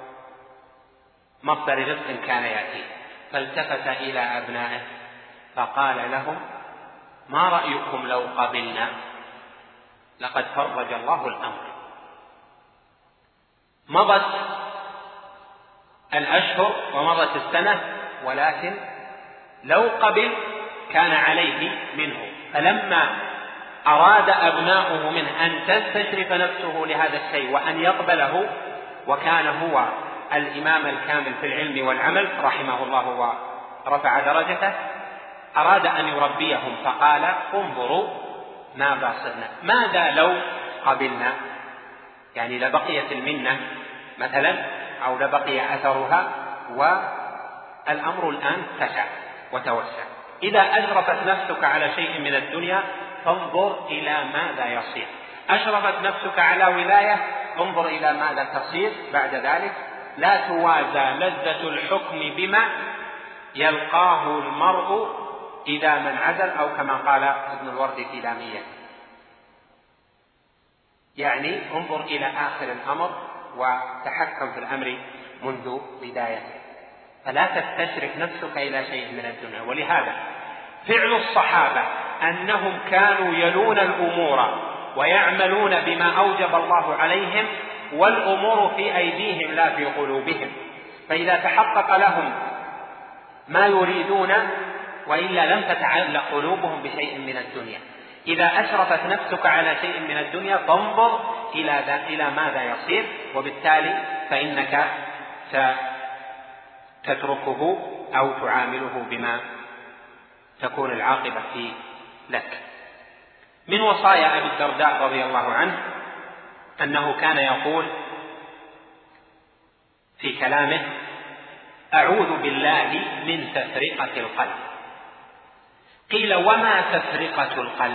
مصدر رزق كان يأتيه، فالتفت إلى أبنائه فقال لهم: ما رأيكم لو قبلنا؟ لقد فرج الله الأمر. مضت الأشهر ومضت السنة، ولكن لو قبل كان عليه منه. فلما أراد أبناؤه منه أن تستشرف نفسه لهذا الشيء وأن يقبله، وكان هو الإمام الكامل في العلم والعمل رحمه الله ورفع درجته، أراد أن يربيهم فقال: انظروا ماذا صرنا، ماذا لو قبلنا؟ يعني لبقيت المنة مثلا، أو لبقي أثرها، والأمر الآن تسع وتوسع. إذا أشرفت نفسك على شيء من الدنيا فانظر إلى ماذا يصير. أشرفت نفسك على ولاية، انظر إلى ماذا تصير بعد ذلك. لا توازى لذة الحكم بما يلقاه المرء إذا من عدل، أو كما قال ابن الورد في لامية. يعني انظر إلى آخر الأمر وتحكم في الأمر منذ بدايته، فلا تستشرف نفسك إلى شيء من الدنيا. ولهذا فعل الصحابة أنهم كانوا يلون الأمور ويعملون بما أوجب الله عليهم، والأمور في أيديهم لا في قلوبهم. فإذا تحقق لهم ما يريدون، وإلا لم تتعلق قلوبهم بشيء من الدنيا. إذا أشرفت نفسك على شيء من الدنيا فانظر إلى ماذا يصير، وبالتالي فإنك ستتركه أو تعامله بما تكون العاقبة فيه لك. من وصايا أبي الدرداء رضي الله عنه أنه كان يقول في كلامه: أعوذ بالله من تفرقة القلب. قيل: وما تفرقة القلب؟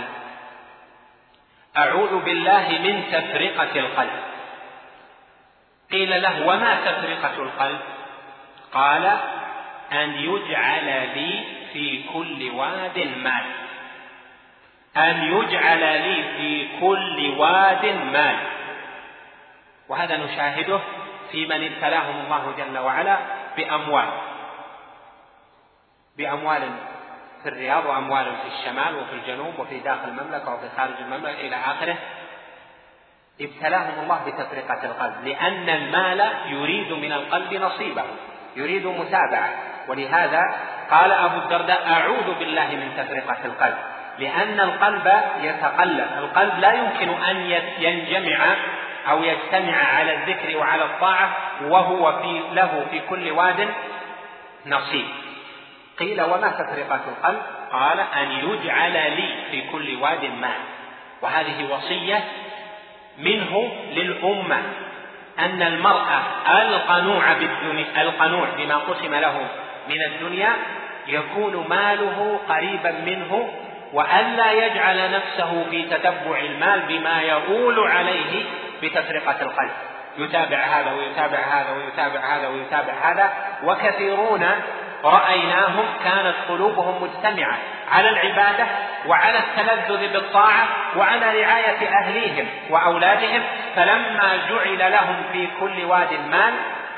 أعوذ بالله من تفرقة القلب. قيل له: وما تفرقة القلب؟ قال: أن يجعل لي في كل واد مال. أن يجعل لي في كل واد مال. وهذا نشاهده في من ابتلاهم الله جل وعلا بأموال، بأموال في الرياض وأموال في الشمال وفي الجنوب وفي داخل المملكة وفي خارج المملكة إلى آخره، ابتلاهم الله بتفرقة القلب، لأن المال يريد من القلب نصيبه، يريد متابعة. ولهذا قال أبو الدرداء: أعوذ بالله من تفرقة القلب، لأن القلب يتقلب، القلب لا يمكن أن ينجمع أو يجتمع على الذكر وعلى الطاعة وهو له في كل واد نصيب. قيل: وما تفرقة القلب؟ قال: أن يجعل لي في كل واد مال. وهذه وصية منه للأمة، أن المرأة القنوع بما قسم له من الدنيا يكون ماله قريبا منه، وألا يجعل نفسه في تتبع المال بما يؤول عليه بتفرقة القلب، يتابع هذا ويتابع هذا ويتابع هذا ويتابع هذا. وكثيرون رأيناهم كانت قلوبهم مجتمعة على العبادة وعلى التلذذ بالطاعة وعلى رعاية أهليهم وأولادهم، فلما جعل لهم في كل واد مال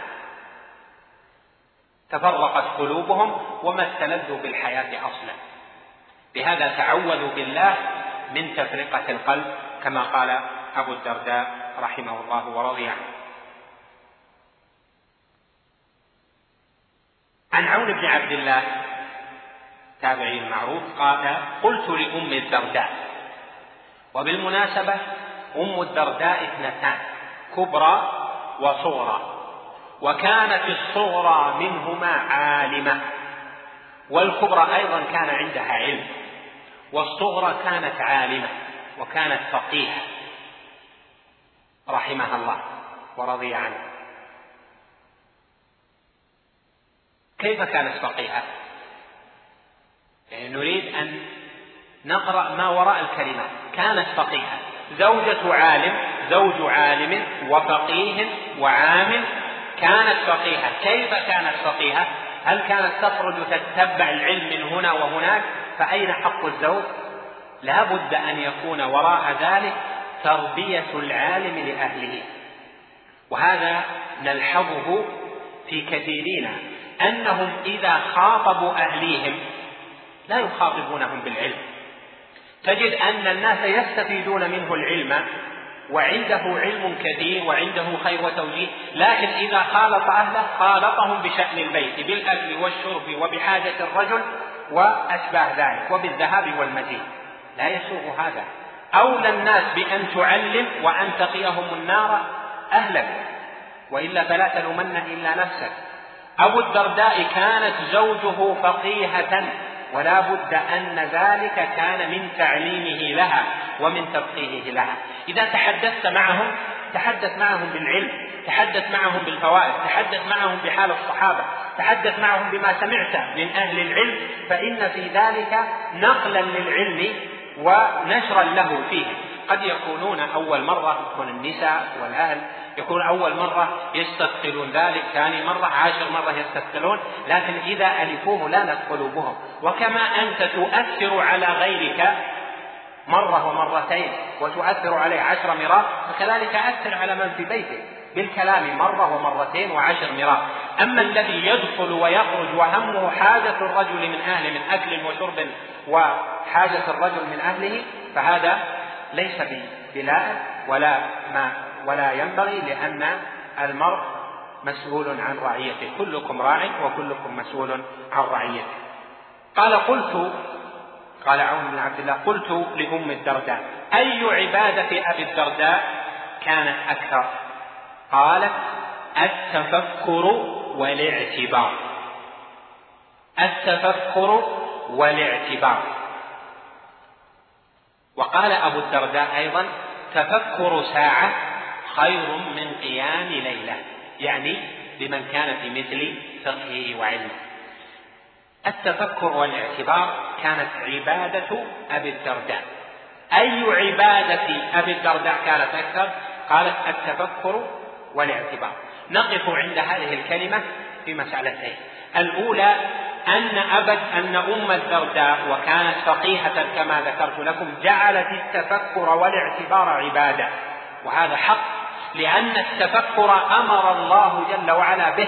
تفرقت قلوبهم وما استلذوا بالحياة أصلا. بهذا تعوذوا بالله من تفرقة القلب، كما قال أبو الدرداء رحمه الله ورضي عنه. عن عون بن عبد الله تابعي المعروف قال: قلت لأم الدرداء. وبالمناسبة أم الدرداء اثنتان، كبرى وصغرى، وكانت الصغرى منهما عالمة، والكبرى أيضا كان عندها علم، والصغرى كانت عالمة وكانت فقيهة رحمها الله ورضي عنها. كيف كانت فقيهة؟ يعني نريد أن نقرأ ما وراء الكلمات. كانت فقيهة، زوج عالم وفقيه وعامل، كانت فقيهة. كيف كانت فقيهة؟ هل كانت تخرج تتبع العلم من هنا وهناك؟ فأين حق الزوج؟ لا بد أن يكون وراء ذلك تربية العالم لأهله. وهذا نلحظه في كثيرين، أنهم إذا خاطبوا أهليهم لا يخاطبونهم بالعلم. تجد أن الناس يستفيدون منه العلم وعنده علم كثير وعنده خير وتوجيه، لكن إذا خالط أهله خالطهم بشأن البيت، بالأكل والشرب وبحاجة الرجل وأشباه ذلك وبالذهاب والمجيء. لا يسوغ هذا. أولى الناس بأن تعلم وأن تقيهم النار أهلك، وإلا فلا تلومن إلا نفسك. أبو الدرداء كانت زوجه فقيهة، ولا بد أن ذلك كان من تعليمه لها ومن تفقيهه لها. إذا تحدثت معهم تحدث معهم بالعلم، تحدث معهم بالفوائد، تحدث معهم بحال الصحابة، تحدث معهم بما سمعت من أهل العلم، فإن في ذلك نقلا للعلم ونشرا له فيه. قد يكونون أول مرة، يكون النساء والأهل يكون أول مرة يستثقلون ذلك، ثاني مرة، 10 مرة يستثقلون، لكن إذا ألفوه لانت قلوبهم. وكما أنت تؤثر على غيرك مرة ومرتين وتؤثر عليه 10 مرات، فكذلك أثر على من في بيتك بالكلام مرة ومرتين و10 مرات. أما الذي يدخل ويخرج وهمه حاجة الرجل من أهله من أكل وشرب وحاجة الرجل من أهله، فهذا ليس بلائق ولا ينبغي، لأن المرء مسؤول عن رعيته، كلكم راع وكلكم مسؤول عن رعيته. قال عون بن عبد الله: قلت لأم الدرداء: أي عبادة أبي الدرداء كانت أكثر؟ قالت: التفكر والاعتبار. التفكر والاعتبار. وقال أبو الدرداء أيضا: تفكر ساعة خير من قيام ليلة، يعني لمن كان في مثل فقهه وعلمه. التفكر والاعتبار كانت عبادة أبي الدرداء. أي عبادة أبي الدرداء كانت أكثر؟ قالت: التفكر والاعتبار. نقف عند هذه الكلمة في مسألتين. الأولى أن أم الدرداء وكانت فقيهة كما ذكرت لكم جعلت التفكر والاعتبار عبادة، وهذا حق، لأن التفكر أمر الله جل وعلا به،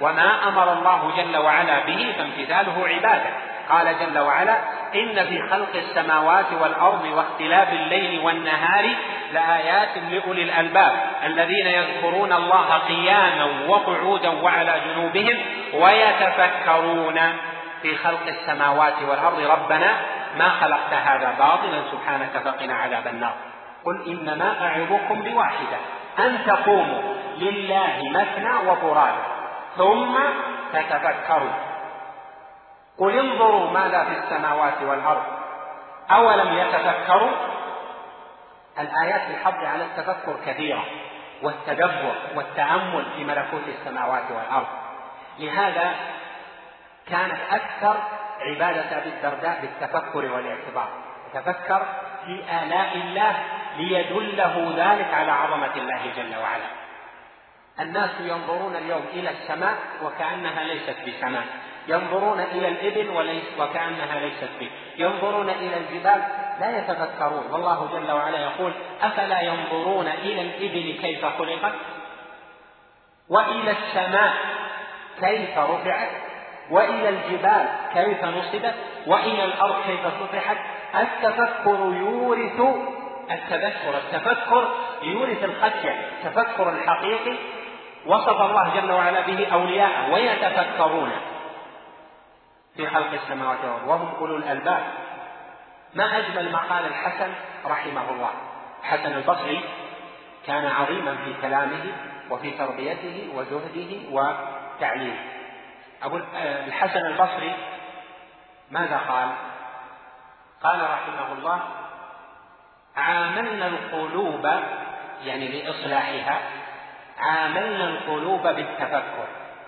وما أمر الله جل وعلا به فامتثاله عبادة. قال جل وعلا: إن في خلق السماوات والأرض واختلاف الليل والنهار لآيات لأولي الألباب الذين يذكرون الله قياما وقعودا وعلى جنوبهم ويتفكرون في خلق السماوات والأرض ربنا ما خلقت هذا باطلا سبحانك فقنا عذاب النار. قل إنما أعظكم بواحدة أن تقوموا لله مثنى وفرادا ثم تتفكروا. قل انظروا ماذا في السماوات والأرض أولم يتفكروا. الآيات الحض على التفكر كثيرة والتدبر والتأمل في ملكوت السماوات والأرض. لهذا كانت أكثر عبادة أبي الدرداء بالتفكر والاعتبار، يتفكر في آلاء الله ليدله ذلك على عظمة الله جل وعلا. الناس ينظرون اليوم إلى السماء وكأنها ليست بسماء، ينظرون إلى الإبل وكأنها ليست به، ينظرون إلى الجبال لا يتفكرون. والله جل وعلا يقول: أفلا ينظرون إلى الإبل كيف خلقت وإلى السماء كيف رفعت وإلى الجبال كيف نصبت وإلى الأرض كيف سطحت. التفكر يورث التفكر يورث الخشية، التفكر الحقيقي وصف الله جل وعلا به أولياءه ويتفكرون في خلق السماوات والأرض وهم أولو الألباب. ما أجمل ما قال الحسن رحمه الله. الحسن البصري كان عظيما في كلامه وفي تربيته وزهده وتعليمه. الحسن البصري ماذا قال؟ قال رحمه الله: عاملنا القلوب، يعني لإصلاحها، عاملنا القلوب بالتفكر،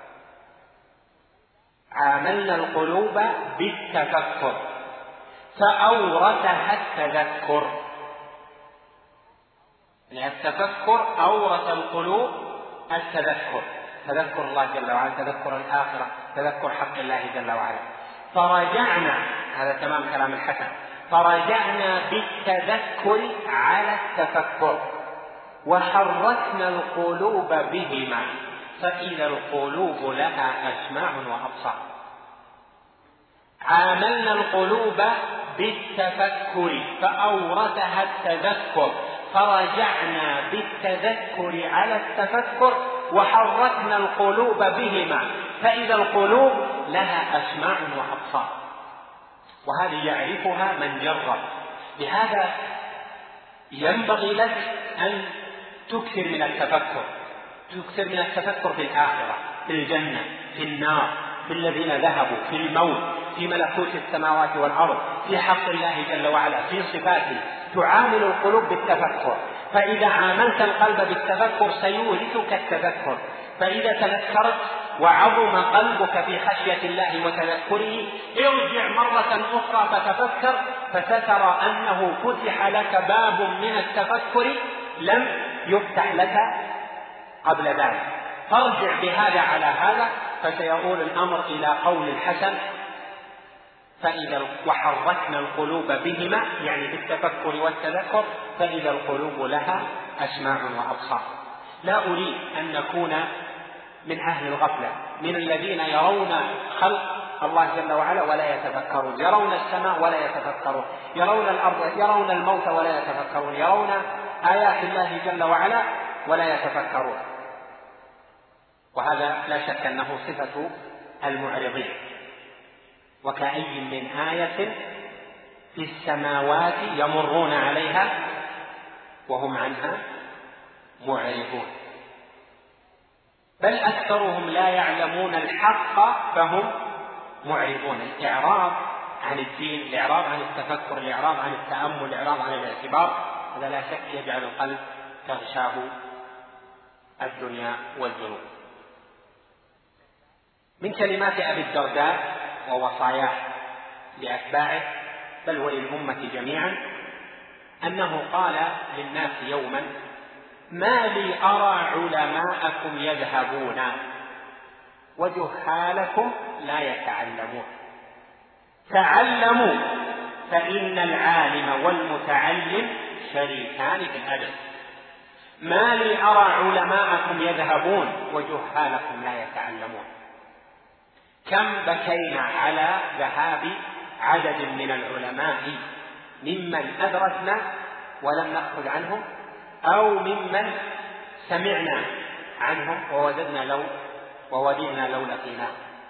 عاملنا القلوب بالتفكر فأورثها التذكر. يعني التفكر أورث القلوب التذكر، تذكر الله جل وعلا، تذكر الآخرة، تذكر حق الله جل وعلا. فرجعنا، هذا تمام كلام الحسن، فرجعنا بالتذكر على التفكر وحركنا القلوب بهما فإذا القلوب لها أسماع وأبصار. عاملنا القلوب بالتفكر فأورثها التذكر فرجعنا بالتذكر على التفكر وحركنا القلوب بهما فإذا القلوب لها أسماع وأبصار. وهذه يعرفها من جرب. لهذا ينبغي لك أن تكثر من التفكر، تكثر من التفكر في الآخرة، في الجنة، في النار، في الذين ذهبوا، في الموت، في ملكوت السماوات والأرض، في حق الله جل وعلا، في صفاته. تعامل القلوب بالتفكر، فإذا عاملت القلب بالتفكر سيورثك التذكر. فإذا تذكرت وعظم قلبك في خشية الله وتذكره ارجع مرة أخرى فتفكر فسترى أنه فتح لك باب من التفكر لم يفتح لك قبل ذلك. فارجع بهذا على هذا فسيقول الأمر إلى قول الحسن: فإذا وحركنا القلوب بهما، يعني بالتفكر والتذكر، فإذا القلوب لها أسماع وأبصار. لا أريد أن نكون من أهل الغفلة، من الذين يرون خلق الله جل وعلا ولا يتفكرون، يرون السماء ولا يتفكرون، يرون الأرض، يرون الموت ولا يتفكرون، يرون آيات الله جل وعلا ولا يتفكرون. وهذا لا شك أنه صفة المعرضين. وكأي من آية في السماوات يمرون عليها وهم عنها معرضون، بل أكثرهم لا يعلمون الحق فهم معرضون. الإعراض عن الدين، الإعراض عن التفكر، الإعراض عن التأمل، الإعراض عن الاعتبار، هذا لا شك يجعل القلب تغشاه الدنيا والذنوب. من كلمات أبي الدرداء ووصاياه لأتباعه بل وللأمة جميعا أنه قال للناس يوما: ما لي أرى علماءكم يذهبون وجهالكم لا يتعلمون، تعلموا فإن العالم والمتعلم شريكان في الأجر. ما لي أرى علماءكم يذهبون وجهالكم لا يتعلمون. كم بكينا على ذهاب عدد من العلماء ممن أدركنا ولم نأخذ عنهم، أو ممن سمعنا عنهم ووددنا لو لقيناه.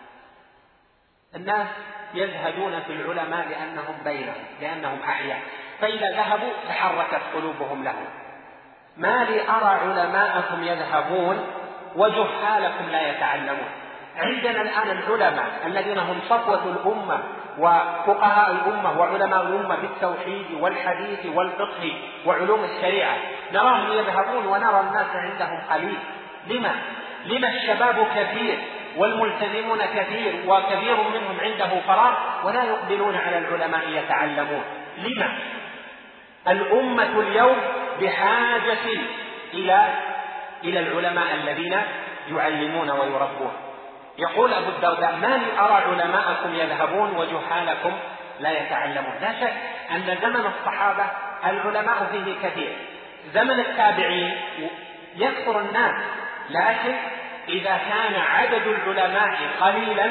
الناس يزهدون في العلماء لأنهم بينهم، لأنهم أحياء، فإذا ذهبوا تحركت قلوبهم لهم. ما لي أرى علماءكم يذهبون وجهالكم لا يتعلمون. عندنا الآن العلماء الذين هم صفوة الأمة وفقهاء الأمة وعلماء الأمة في التوحيد والحديث والفقه وعلوم الشريعة، نراهم يذهبون ونرى الناس عندهم قليل. لما الشباب كثير والملتزمون كثير وكثير منهم عنده فراغ ولا يقبلون على العلماء يتعلمون؟ لما؟ الأمة اليوم بحاجة إلى العلماء الذين يعلمون ويربون. يقول أبو الدرداء: ما لي أرى علماءكم يذهبون وجهالكم لا يتعلمون. لا شك أن زمن الصحابة العلماء فيه كثير، زمن التابعين يكثر الناس، لكن إذا كان عدد العلماء قليلا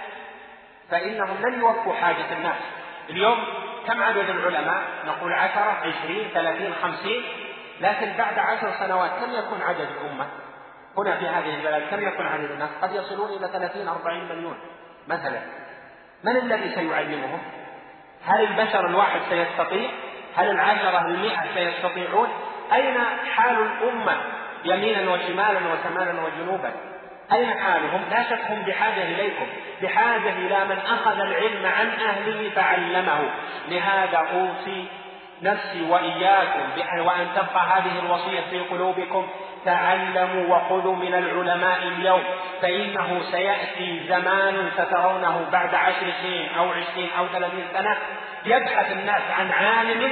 فإنهم لن يوفوا حاجة الناس. اليوم كم عدد العلماء؟ نقول 10 20 30 50، لكن بعد 10 سنوات كم يكون عدد الأمة هنا في هذه البلد؟ كم يكون عدد الناس؟ قد يصلون إلى 30-40 مليون مثلا. من الذي سيعلمهم؟ هل البشر الواحد سيستطيع؟ هل 10 سيستطيعون؟ أين حال الأمة يمينا وشمالا وشمالا وجنوبا؟ أين حالهم؟ لا شك هم بحاجة إليكم، بحاجة إلى من أخذ العلم عن أهله فعلمه. لهذا أوصي نفسي وإياكم وأن تبقى هذه الوصية في قلوبكم: تعلموا وخذوا من العلماء اليوم، فإنه سيأتي زمان سترونه بعد 10 سنين أو 20 أو 30 سنة يبحث الناس عن عالم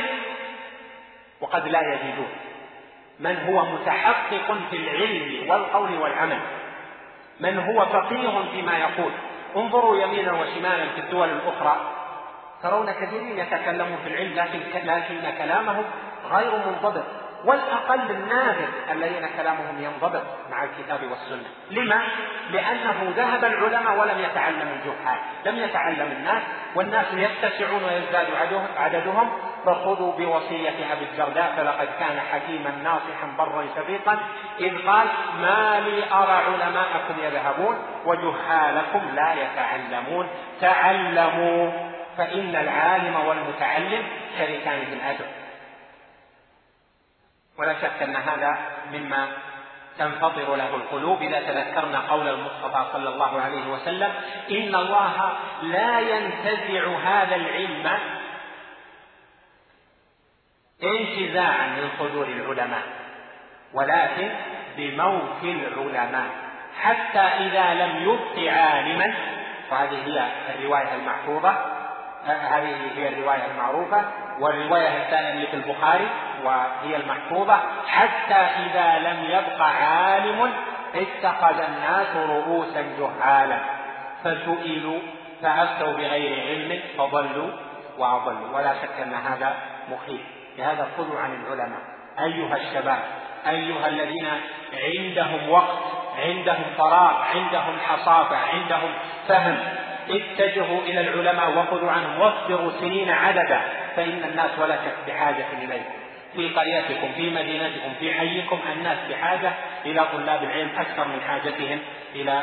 وقد لا يجدون من هو متحقق في العلم والقول والعمل، من هو فقيه فيما يقول. انظروا يمينا وشمالا في الدول الأخرى ترون كثيرين يتكلمون في العلم لكن كلامهم غير منضبط، والأقل النادر الذين كلامهم ينضبط مع الكتاب والسنة. لما؟ لأنه ذهب العلماء ولم يتعلم الجهال، لم يتعلم الناس، والناس يتسعون ويزداد عددهم. فخذوا بوصية أبي الدرداء: فلقد كان حكيما ناصحا برا شفيقا إذ قال: ما لي أرى علماءكم يذهبون وجهالكم لا يتعلمون. تعلموا، فإن العالم والمتعلم شريكان في الأجر. ولا شك أن هذا مما تنفطر له القلوب إذا تذكرنا قول المصطفى صلى الله عليه وسلم: إن الله لا ينتزع هذا العلم انتزاعا من صدور العلماء، ولكن بموت العلماء، حتى إذا لم يبق عالما. وهذه هي الرواية المحفوظة، هذه هي الرواية المعروفة، والرواية الثانية اللي في البخاري وهي المحفوظة: حتى إذا لم يبق عالم اتخذ الناس رؤوسا جهالا فسئلوا فأفتوا بغير علم فضلوا وأضلوا. ولا شك أن هذا مخيف. لهذا خذوا عن العلماء أيها الشباب، أيها الذين عندهم وقت، عندهم فراغ، عندهم حصافة، عندهم فهم، اتجهوا إلى العلماء وخذوا عنهم واصبروا سنين عددا، فإن الناس ولا شك بحاجة إليكم. في قريتكم، في مدينتكم، في حيكم، الناس بحاجة إلى طلاب العلم أكثر من حاجتهم إلى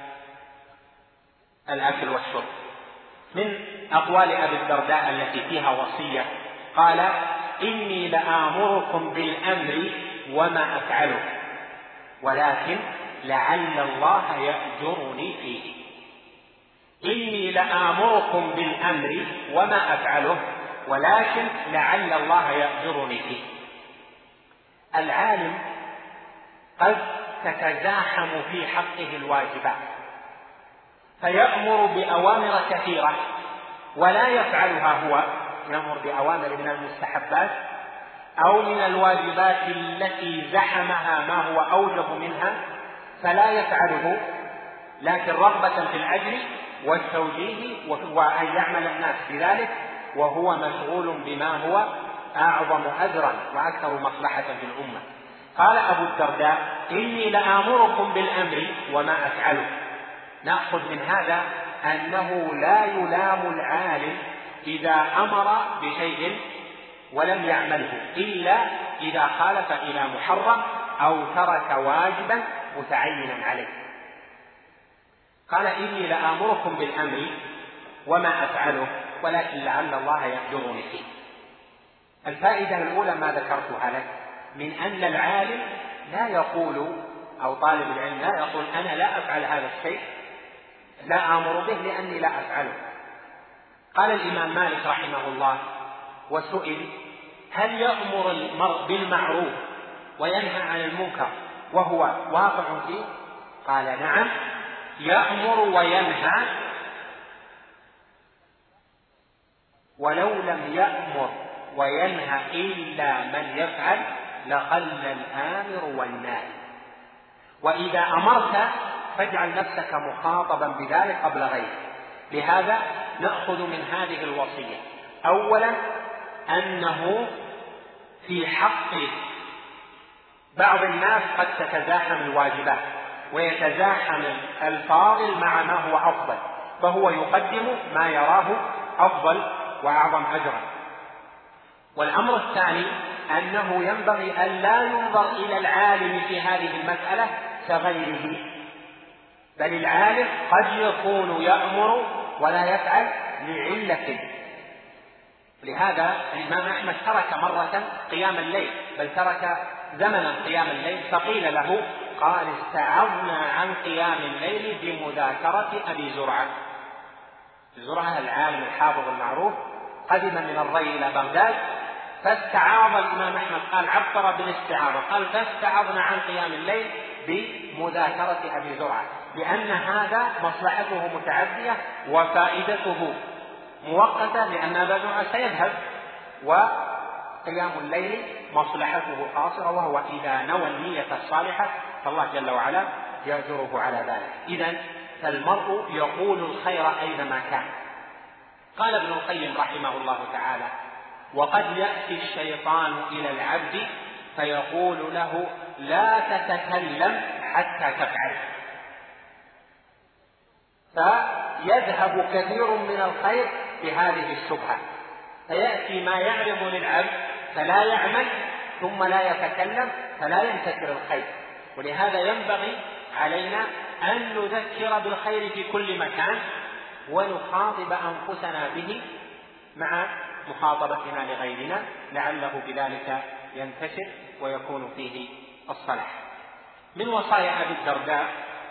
الأكل والشرب. من أقوال أبي الدرداء التي فيها وصية قال: إني لآمركم بالأمر وما أفعله ولكن لعل الله يأجرني فيه. إني لآمركم بالأمر وما أفعله ولكن لعل الله يأجرني فيه. العالم قد تتزاحم في حقه الواجبات فيأمر بأوامر كثيرة ولا يفعلها هو، يأمر بأوامر من المستحبات أو من الواجبات التي زحمها ما هو أوجب منها فلا يفعله، لكن رغبة في الأجر والتوجيه وأن يعمل الناس بذلك، وهو مشغول بما هو أعظم أجرا وأكثر مصلحة في الأمة. قال أبو الدرداء: إني لآمركم بالأمر وما أفعله. نأخذ من هذا أنه لا يلام العالم إذا أمر بشيء ولم يعمله إلا إذا خالف إلى محرم أو ترك واجبا متعينا عليه. قال إني لآمركم بالأمر وما أفعله ولكن لعل الله يأجرني فيه. الفائدة الأولى ما ذكرتها لك من أن العالم لا يقول أو طالب العلم لا يقول أنا لا أفعل هذا الشيء، لا آمر به لأني لا أفعله. قال الإمام مالك رحمه الله وسئل هل يأمر المرء بالمعروف وينهى عن المنكر وهو واقع فيه؟ قال نعم، يأمر وينهى، ولو لم يأمر وينهى إلا من يفعل لقل الآمر والناهي. وإذا أمرت فاجعل نفسك مخاطبا بذلك قبل غيرك. لهذا نأخذ من هذه الوصية أولا أنه في حق بعض الناس قد تتزاحم الواجبات ويتزاحم الفاضل مع ما هو أفضل، فهو يقدم ما يراه أفضل وأعظم أجرا. والأمر الثاني أنه ينبغي أن لا ينظر إلى العالم في هذه المسألة كغيره، بل العالم قد يكون يأمر ولا يفعل لعلة. لهذا الإمام أحمد ترك مرة قيام الليل، بل ترك زمنا قيام الليل، فقيل له قال استعظنا عن قيام الليل بمذاكرة أبي زرعة. زرعة العالم الحافظ المعروف قدم من الري إلى بغداد فاستعاض الإمام أحمد، قال عبر بالاستعاضة، قال فاستعظنا عن قيام الليل بمذاكرة أبي زرعة، لأن هذا مصلحته متعدية وفائدته مؤقتة، لأن أبا زرعة سيذهب وقيام الليل مصلحته قاصرة، وهو إذا نوى النية الصالحة فالله جل وعلا يأجره على ذلك. إذن فالمرء يقول الخير أينما كان. قال ابن القيم رحمه الله تعالى وقد يأتي الشيطان إلى العبد فيقول له لا تتكلم حتى تفعل، فيذهب كثير من الخير بهذه الشبهة، فيأتي ما يعرض للعبد فلا يعمل ثم لا يتكلم فلا ينتشر الخير. ولهذا ينبغي علينا أن نذكر بالخير في كل مكان ونخاطب أنفسنا به مع مخاطبتنا لغيرنا، لعله بذلك ينتشر ويكون فيه الصلاح. من وصايا أبي الدرداء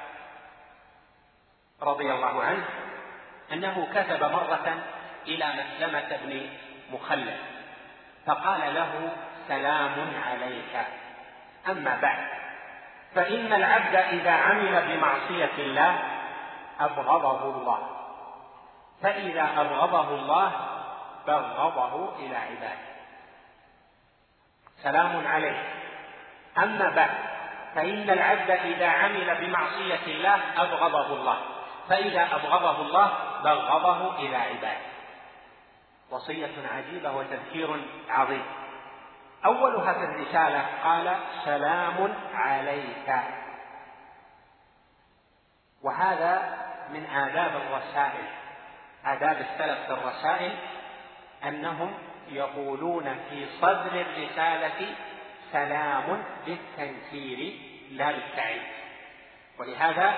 رضي الله عنه أنه كتب مرة إلى مسلمة بن مخلد فقال له سلام عليك، أما بعد فإن العبد إذا عمل بمعصية الله أبغضه الله، فإذا أبغضه الله بغضه إلى عباده. سلام عليك، أما بعد فإن العبد إذا عمل بمعصية الله أبغضه الله، فإذا أبغضه الله بغضه إلى عباده. وصية عجيبة وتذكير عظيم. أولها في الرسالة قال سلام عليك، وهذا من آداب الرسائل، آداب السلف في الرسائل أنهم يقولون في صدر الرسالة سلام بالتنكير لا بالتعريف. ولهذا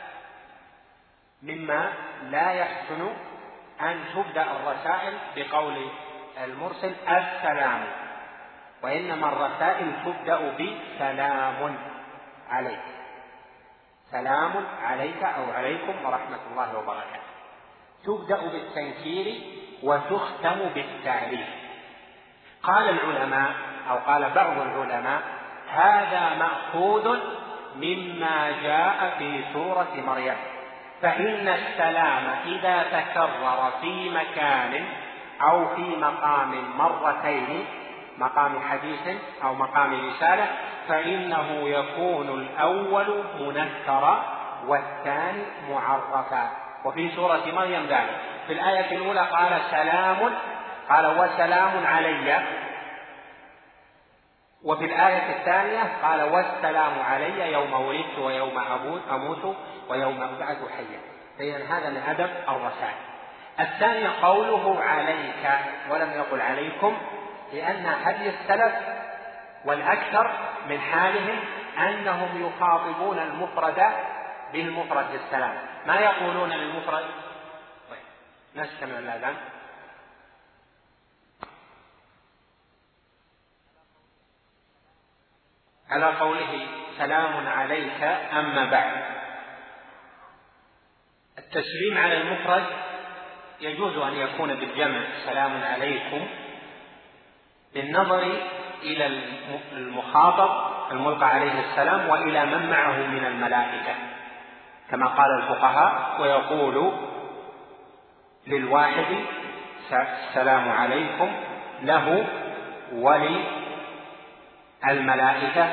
مما لا يحسن أن تبدأ الرسائل بقول المرسل السلام، وإنما الرسائل تبدأ بسلام عليك، سلام عليك أو عليكم ورحمة الله وبركاته، تبدأ بالتنكير وتختم بالتعريف. قال العلماء أو قال بعض العلماء هذا مأخوذ مما جاء في سورة مريم، فإن السلام إذا تكرر في مكان أو في مقام مرتين، مقام حديث أو مقام رسالة، فإنه يكون الأول منكرا والثاني معرفا. وفي سورة مريم ذلك في الآية الأولى قال سلام، قال وسلام علي، وفي الآية الثانية قال والسلام علي يوم ولدت ويوم أموت ويوم أبعث حيا. فإذن هذا من أدب الرسائل. الثاني قوله عليك ولم يقل عليكم، لأن هدي السلف والأكثر من حالهم أنهم يخاطبون المفرد بالمفرد بالسلام، ما يقولون للمفرد. نستمع الآن. على قوله سلام عليك أما بعد، التسليم على المفرد يجوز أن يكون بالجمع سلام عليكم، بالنظر إلى المخاطب الملقى عليه السلام وإلى من معه من الملائكة، كما قال الفقهاء: ويقول للواحد السلام عليكم، له وللملائكة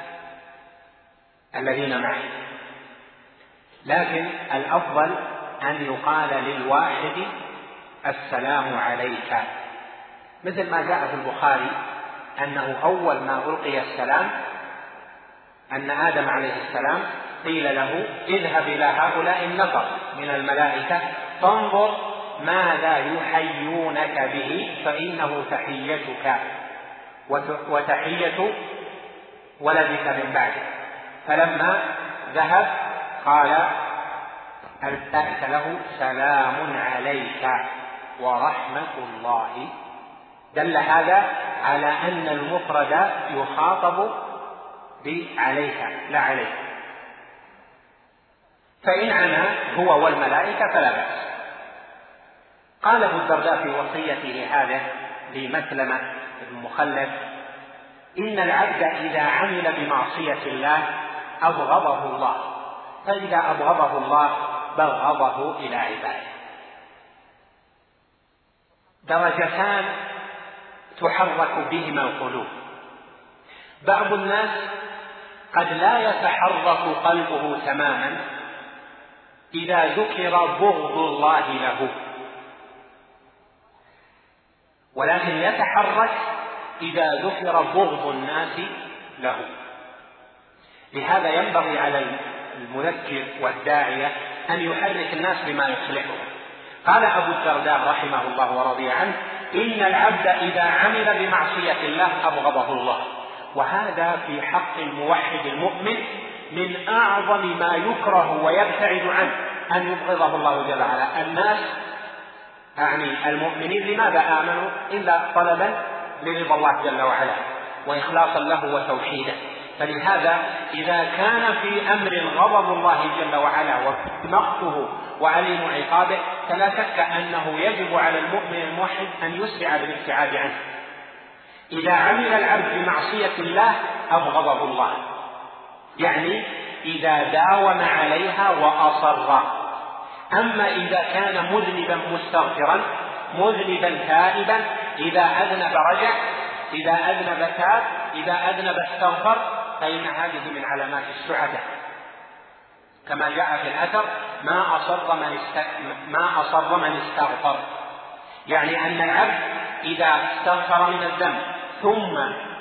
الذين معه. لكن الأفضل أن يقال للواحد السلام عليك، مثل ما جاء في البخاري أنه أول ما ألقي السلام أن آدم عليه السلام قيل له: اذهب إلى هؤلاء النفر من الملائكة فانظر ماذا يحيونك به فإنه تحيتك وتحية ولدك من بعدك. فلما ذهب قال الملائكة له: سلام عليك ورحمة الله. دل هذا على أن المفرد يخاطب بعليك لا عليك، فإن عنا هو والملائكة فلا بأس. قال أبو الدرداء في وصيته هذا لمسلمة بن مخلد: إن العبد إذا عمل بمعصية الله أبغضه الله، فإذا أبغضه الله بغضه إلى عباده. درجتان تحرك بهما القلوب. بعض الناس قد لا يتحرك قلبه تماما إذا ذكر بغض الله له، ولكن يتحرك إذا ذكر بغض الناس له. لهذا ينبغي على المذكر والداعية أن يحرك الناس بما يصلحهم. قال أبو الدرداء رحمه الله ورضي عنه: إن العبد إذا عمل بمعصية الله أبغضه الله. وهذا في حق الموحد المؤمن من أعظم ما يكره ويبتعد عنه أن يبغضه الله جل وعلا. الناس أعني المؤمنين لماذا آمنوا؟ إلا طلبا لرضا الله جل وعلا وإخلاصا له وتوحيدا. فلهذا إذا كان في أمر غضب الله جل وعلا ومقته وعليم عقابه فلا شك أنه يجب على المؤمن الموحد أن يسرع بالابتعاد عنه. إذا عمل العبد بمعصية الله أبغضه الله، يعني إذا داوم عليها وأصر. أما إذا كان مذنبا مستغفرا مذنبا تائبا، إذا أذنب رجع، إذا أذنب تاب، إذا أذنب استغفر، فإن هذه من علامات السعادة، كما جاء في الأثر: ما أصر من استغفر. يعني أن العبد إذا استغفر من الذنب ثم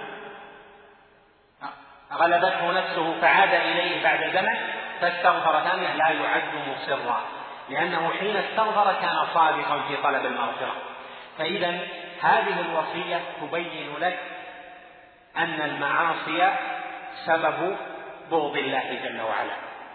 غلبته نفسه فعاد إليه بعد زمن فاستغفر ثانية لا يعد مصرا، لأنه حين استغفر كان صادقا في طلب المغفرة. فإذا هذه الوصية تبين لك أن المعاصي سبب بغض الله جل وعلا.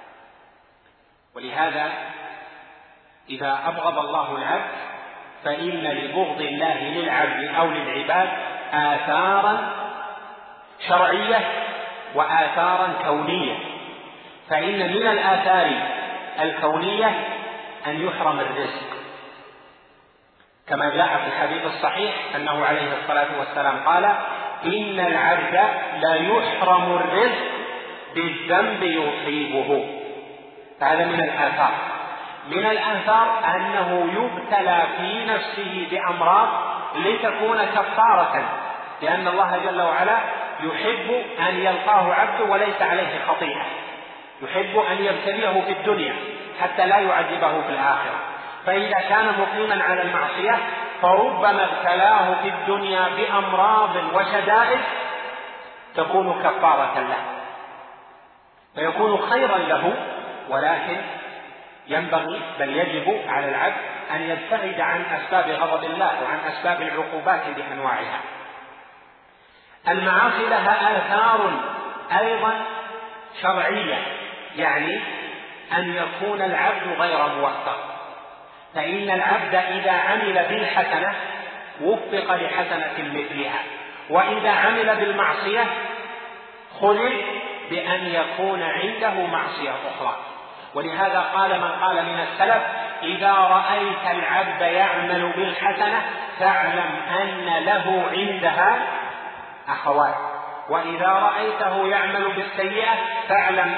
ولهذا إذا أبغض الله العبد فإن لبغض الله للعبد أو للعباد آثارا شرعية وآثارا كونية. فإن من الآثار الكونية أن يحرم الرزق، كما جاء في الحديث الصحيح أنه عليه الصلاة والسلام قال: إن العبد لا يحرم الرزق بالذنب يصيبه. فهذا من الآثار. من الآثار أنه يبتلى في نفسه بأمراض لتكون كفارة، لأن الله جل وعلا يحب أن يلقاه عبده وليس عليه خطيئة، يحب أن يبتليه في الدنيا حتى لا يعذبه في الآخرة. فإذا كان مقيما على المعصية فربما ابتلاه في الدنيا بأمراض وشدائد تكون كفارة له، فيكون خيرا له، ولكن ينبغي بل يجب على العبد أن يبتعد عن أسباب غضب الله وعن أسباب العقوبات بأنواعها. المعاصي لها آثار أيضا شرعية، يعني أن يكون العبد غير موفق، فإن العبد إذا عمل بالحسنة وفق لحسنة مثلها، وإذا عمل بالمعصية خلل بأن يكون عنده معصية أخرى. ولهذا قال من قال من السلف: إذا رأيت العبد يعمل بالحسنة فاعلم أن له عندها أخوات، وإذا رأيته يعمل بالسيئة فاعلم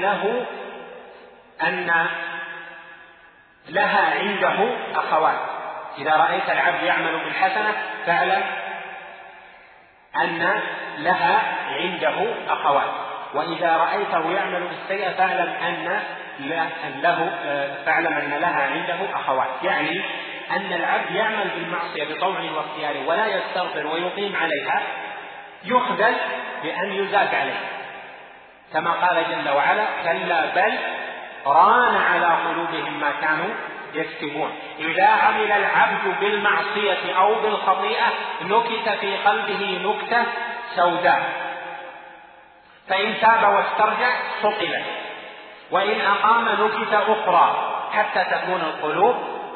أن لها عنده أخوات. إذا رأيت العبد يعمل بالحسنة فاعلم أن لها عنده أخوات، وإذا رأيته يعمل بالسيئة فاعلم أن لها عنده أخوات. يعني أن العبد يعمل بالمعصية بطوعه واختياره ولا يستغفر ويقيم عليها يخذل بأن يزاد عليه، كما قال جل وعلا: كلا بل ران على قلوبهم ما كانوا يكسبون. إذا عمل العبد بالمعصية أو بالخطيئة نكت في قلبه نكتة سوداء، فإن تاب واسترجع صقلت، وإن أقام نكتة أخرى حتى تكون القلوب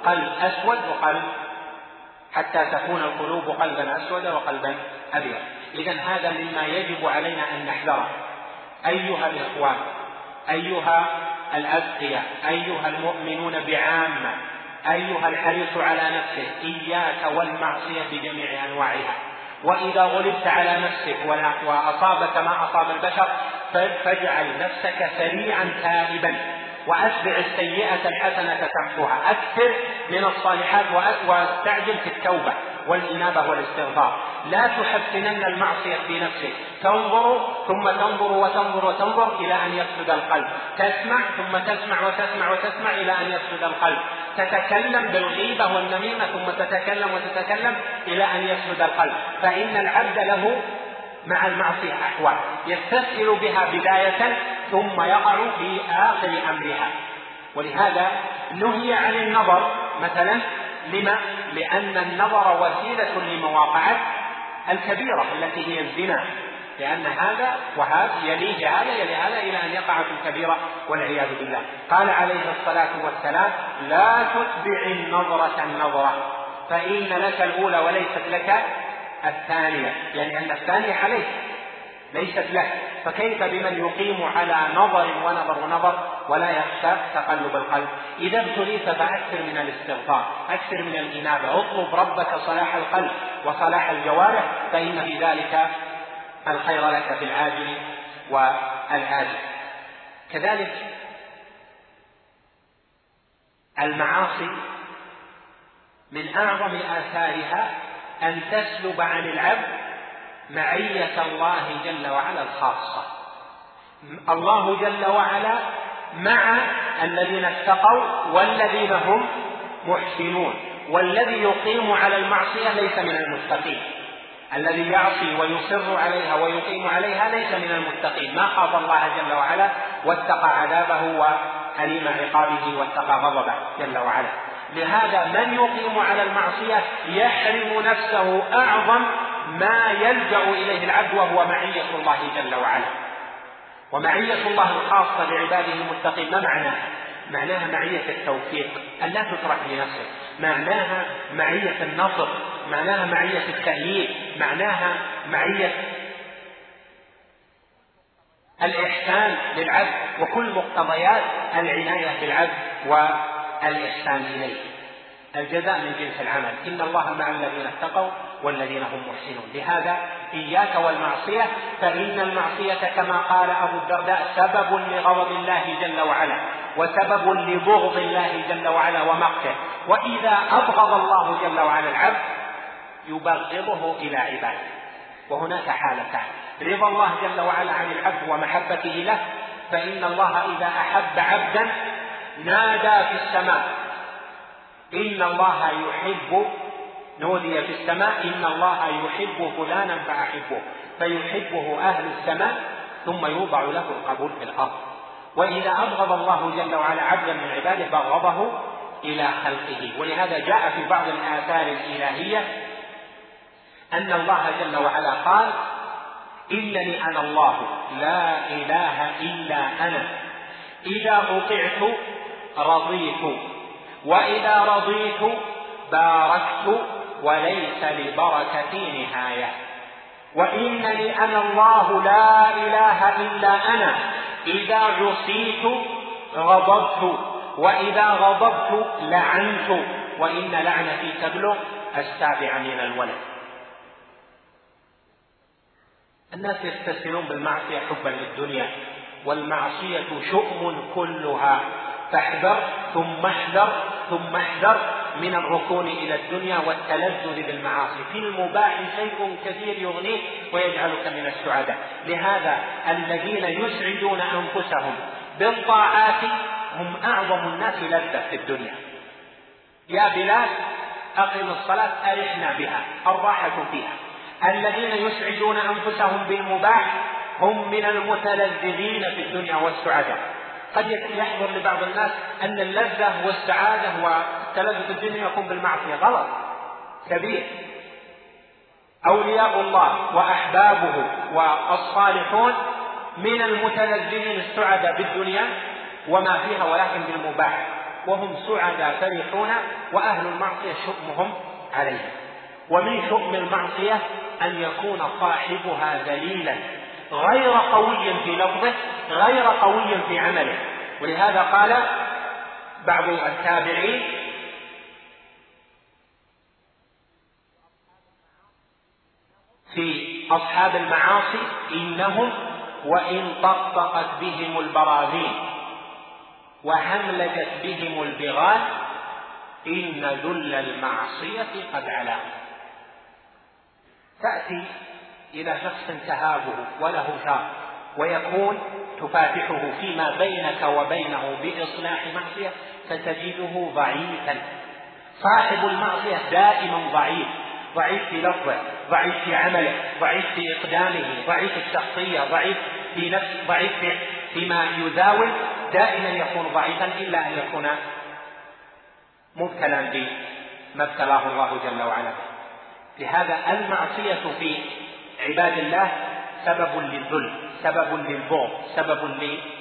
قلبا أسود وقلبا أبيض. إذن هذا مما يجب علينا أن نحذره أيها الإخوان، أيها الأتقياء، أيها المؤمنون بعامة، أيها الحريص على نفسه، إياك والمعصية بجميع أنواعها. وإذا غلبت على نفسك وأصابك ما أصاب البشر فاجعل نفسك سريعا تائبا، وأتبع السيئة الحسنة تمحوها، أكثر من الصالحات واستعجل في التوبة والإنابة والاستغفار. لا تحسنن المعصية في نفسك، تنظر ثم تنظر وتنظر وتنظر إلى أن يفسد القلب، تسمع ثم تسمع وتسمع وتسمع إلى أن يفسد القلب، تتكلم بالغيبة والنميمة ثم تتكلم وتتكلم إلى أن يفسد القلب. فإن العبد له مع المعصية أحوال يستسهل بها بداية ثم يقع في آخر أمرها. ولهذا نهي عن النظر مثلا، لما؟ لأن النظر وسيلة لمواقعة الكبيرة التي هي الزنا، لأن هذا وهذا يليه هذا إلى أن يقع في الكبيرة والعياذ بالله. قال عليه الصلاة والسلام: لا تتبع النظرة فإن لك الأولى وليست لك الثانية، يعني أن الثانية عليك ليست لك، فكيف بمن يقيم على نظر ونظر ولا يخشى تقلب القلب؟ إذا ابتليت فأكثر من الاستغفار، أكثر من الإنابة، اطلب ربك صلاح القلب وصلاح الجوارح، فإن في ذلك الخير لك في العاجل والآجل. كذلك المعاصي من أعظم آثارها أن تسلب عن العبد معية الله جل وعلا الخاصة. الله جل وعلا مع الذين اتقوا والذين هم محسنون، والذي يقيم على المعصية ليس من المتقين، الذي يعصي ويصر عليها ويقيم عليها ليس من المتقين، ما خاف الله جل وعلا واتقى عذابه وأليم عقابه واتقى غضبه جل وعلا. لهذا من يقيم على المعصية يحرم نفسه أعظم ما يلجأ إليه العبد، وهو معية الله جل وعلا. ومعية الله الخاصة لعباده المتقين ما معناها؟ معناها معية التوفيق، أن لا تترك لنفسك، معناها معية النصر، معناها معية التأييد، معناها معية الإحسان للعبد، وكل مقتضيات العناية بالعبد والإحسان إليه. الجزاء من جنس العمل، إن الله مع الذين اتقوا والذين هم محسنون. لهذا إياك والمعصية، فإن المعصية كما قال أبو الدرداء سبب لغضب الله جل وعلا وسبب لبغض الله جل وعلا ومقته. وإذا أبغض الله جل وعلا العبد يبغضه إلى عباده. وهناك حالتان: رضا الله جل وعلا عن العبد ومحبته له، فإن الله إذا أحب عبدا نادى في السماء إن الله يحب، نودي في السماء إن الله يحب فلانا فأحبه، فيحبه أهل السماء ثم يوضع له القبول في الأرض. وإذا أبغض الله جل وعلا عبدا من عباده بغضه إلى خلقه. ولهذا جاء في بعض الآثار الإلهية أن الله جل وعلا قال: إنني أنا الله لا إله إلا أنا، إذا أطعت رضيت، وإذا رضيت باركت، وليس لبركتي نهاية. وإنني أنا الله لا إله إلا أنا، إذا عصيت غضبت، وإذا غضبت لعنت، وإن لعنتي تبلغ السابع من الولد. الناس يستسهلون بالمعصية حبا للدنيا، والمعصية شؤم كلها، فاحذر ثم احذر ثم احذر من الركون إلى الدنيا والتلذذ بالمعاصي. في المباح شيء كثير يغنيك ويجعلك من السعداء. لهذا الذين يسعدون أنفسهم بالطاعات هم أعظم الناس لذة في الدنيا. يا بلال أقم الصلاة أرحنا بها، الراحة فيها. الذين يسعدون أنفسهم بالمباح هم من المتلذذين في الدنيا والسعداء. قد يحضر لبعض الناس أن اللذة والسعادة والتلذذ في الدنيا يكون بالمعصية. غلط كبير. أولياء الله وأحبابه والصالحون من المتلذذين السعداء بالدنيا وما فيها، ولكن بالمباح، وهم سعداء فرحون، وأهل المعصية شؤمهم عليه. ومن شؤم المعصية أن يكون صاحبها ذليلا، غير قوي في لفظه، غير قوي في عمله. ولهذا قال بعض التابعين: في أصحاب المعاصي إنهم وإن طقطقت بهم البراذين وهملجت بهم البغال إن ذل المعصية قد علا. تأتي إلى شخص تهابه وله شر، ويكون تفاتحه فيما بينك وبينه بإصلاح معصية، فتجده ضعيفا. صاحب المعصية دائما ضعيف، ضعيف في لفظه، ضعيف في عمله، ضعيف في إقدامه، ضعيف الشخصية، ضعيف في نفسه، ضعيف فيما يزاول، دائما يكون ضعيفا إلا أن يكون مبتلا بما ابتلاه الله جل وعلا به. لهذا المعصية في عباد الله سبب للذل، سبب للبغض، سبب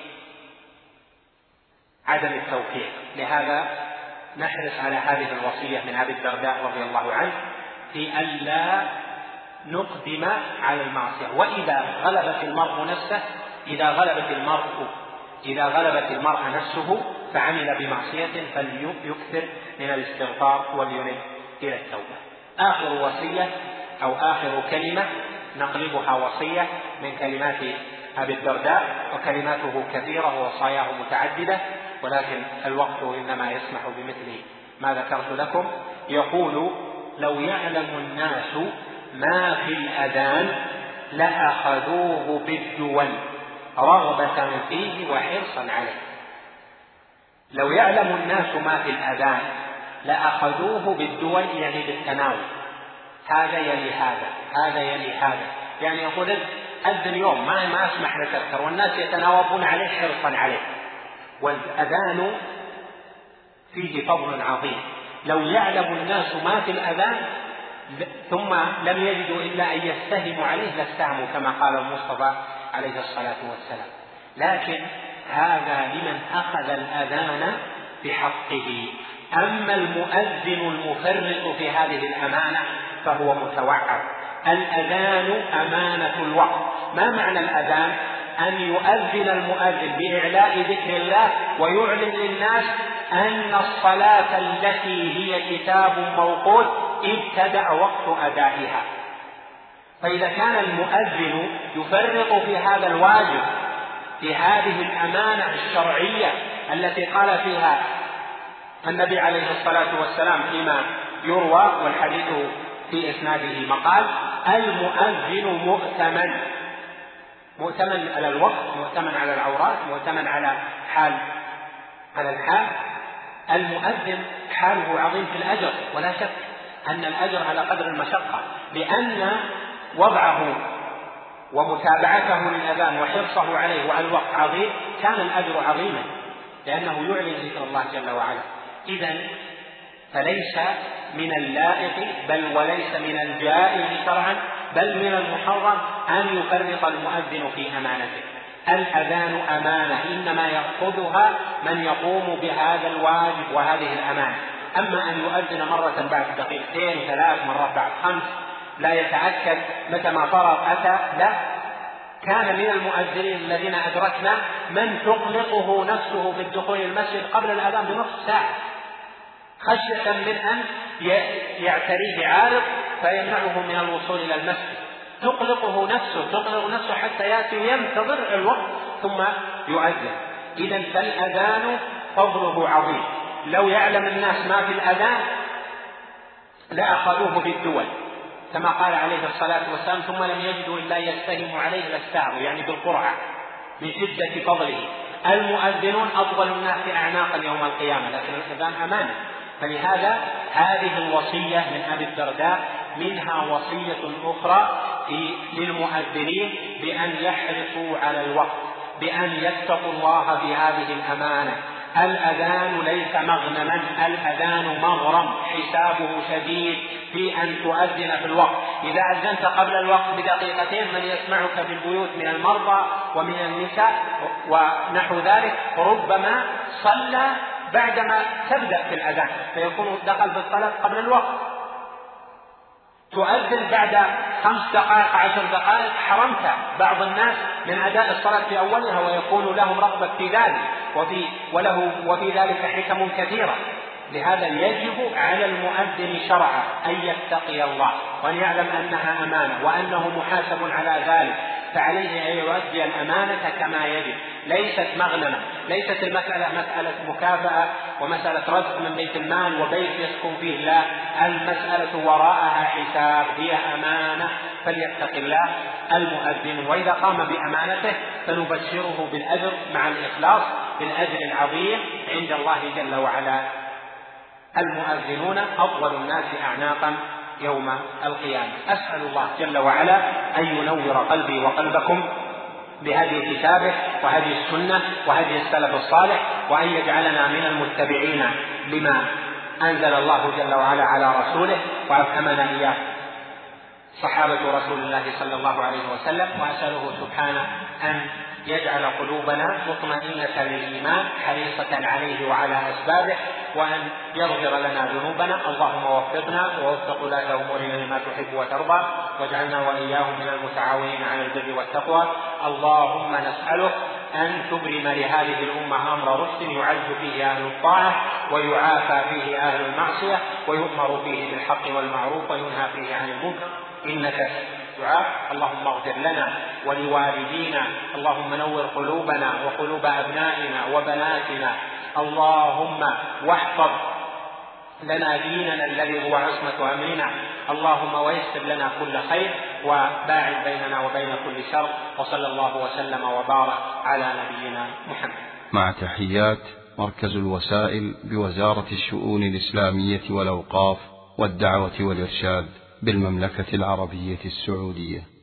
لعدم التوفيق. لهذا نحرص على هذه الوصية من أبي الدرداء رضي الله عنه في ألا نقدم على المعصية. وإذا غلبت المرء نفسه، إذا غلبت المرء نفسه فعمل بمعصية فليكثر من الاستغفار ولينب إلى التوبة. آخر وصية أو آخر كلمة نقلبها وصية من كلمات أبي الدرداء، وكلماته كثيرة ووصاياه متعددة، ولكن الوقت إنما يسمح بمثل ما ذكرت لكم. يقول: لو يعلم الناس ما في الأذان لأخذوه بالدول رغبة فيه وحرصا عليه. لو يعلم الناس ما في الأذان لأخذوه بالدول، يعني بالتناول، هذا يلي هذا، هذا يلي هذا. يعني يقول أذن اليوم ما أسمح لك أكثر، والناس يتناوبون عليه حرصا عليه. والأذان فيه فضل عظيم. لو يعلم الناس ما في الأذان ثم لم يجدوا إلا أن يستهموا عليه لاستهموا، كما قال المصطفى عليه الصلاة والسلام. لكن هذا لمن أخذ الأذان بحقه. أما المؤذن المفرط في هذه الأمانة فهو متوعد. الأذان أمانة الوقت. ما معنى الأذان؟ أن يؤذن المؤذن بإعلاء ذكر الله ويعلن للناس أن الصلاة التي هي كتاب موقوت ابتدأ وقت أدائها. فإذا كان المؤذن يفرط في هذا الواجب، في هذه الأمانة الشرعية التي قال فيها النبي عليه الصلاة والسلام فيما يروى والحديث في إسناده مقال: المؤذن مؤتمن على الوقت، مؤتمن على العورات، مؤتمن على الحال. المؤذن حاله عظيم في الأجر، ولا شك أن الأجر على قدر المشقة، لأن وضعه ومتابعته للأذان وحرصه عليه وعلى الوقت عظيم، كان الأجر عظيما لأنه يعلن ذكر الله جل وعلا. إذن فليس من اللائق بل وليس من الجائز شرعا بل من المحرم أن يفرط المؤذن في أمانته. الأذان أمانة إنما يأخذها من يقوم بهذا الواجب وهذه الأمانة. أما أن يؤذن مرة بعد دقيقتين 3 مرات بعد 5 لا يتأكد متى ما فرغ أتى، لا، كان من المؤذنين الذين أدركنا من تقلقه نفسه بالدخول المسجد قبل الأذان بنصف ساعة خشية من أن يعتريه عارض فيمنعه من الوصول إلى المسجد. تقلق نفسه حتى يأتي وينتظر الوقت ثم يؤذن. إذن فالأذان فضله عظيم. لو يعلم الناس ما في الأذان لأخذوه بالدول كما قال عليه الصلاة والسلام ثم لم يجدوا إلا يستهموا عليه لاستعروا، يعني بالقرعة من شدة فضله. المؤذنون أفضل الناس أعناقا يوم القيامة، لكن الأذان أمانة. فلهذا هذه الوصية من أبي الدرداء. منها وصية أخرى للمؤذنين بأن يحرصوا على الوقت، بأن يتقوا الله بهذه الأمانة. الأذان ليس مغنما، الأذان مغرم حسابه شديد في أن تؤذن في الوقت. إذا أذنت قبل الوقت بدقيقتين من يسمعك في البيوت من المرضى ومن النساء ونحو ذلك ربما صلى بعدما تبدأ في الأذان فيكون دخل في الصلاة قبل الوقت. تؤذن بعد 5 دقائق 10 دقائق حرمت بعض الناس من أداء الصلاة في أولها ويكون لهم رغبة في ذلك وفي ذلك حكم كثيرة. لهذا يجب على المؤذن شرعا أن يتقي الله وأن يعلم أنها أمانة وأنه محاسب على ذلك، فعليه أن يؤدي الأمانة كما يجب. ليست مغنمة، ليست المسألة مسألة مكافأة ومسألة رزق من بيت المال وبيت يسكن فيه، لا، المسألة وراءها حساب، هي أمانة فليتق الله المؤذن. وإذا قام بأمانته فنبشره بالأجر مع الإخلاص بالأجر العظيم عند الله جل وعلا. المؤذنون أفضل الناس أعناقا يوم القيامة. أسأل الله جل وعلا أن ينور قلبي وقلبكم بهدي كتابه وهدي السنة وهدي السلف الصالح، وأن يجعلنا من المتبعين لما أنزل الله جل وعلا على رسوله، وأفهمنا إياه صحابة رسول الله صلى الله عليه وسلم. وأسأله سبحانه أن يجعل قلوبنا مطمئنة للإيمان حريصة عليه وعلى أسبابه، وأن يغفر لنا ذنوبنا. اللهم وفقنا ووفق ولاة أمورنا لما تحب وترضى، واجعلنا وإياهم من المتعاونين على البر والتقوى. اللهم نسألك أن تبرم لهذه الأمة أمر رشد يعز فيه أهل الطاعة ويعافى فيه أهل المعصية ويؤمر فيه بالحق والمعروف وينهى فيه عن المنكر، إنك دعاء. اللهم اغفر لنا ولوالدينا، اللهم نور قلوبنا وقلوب أبنائنا وبناتنا، اللهم واحفظ لنا ديننا الذي هو عصمة أمرنا، اللهم ويسر لنا كل خير وباعد بيننا وبين كل شر، وصلى الله وسلم وبارك على نبينا محمد. مع تحيات مركز الوسائل بوزارة الشؤون الإسلامية والأوقاف والدعوة والإرشاد بالمملكة العربية السعودية.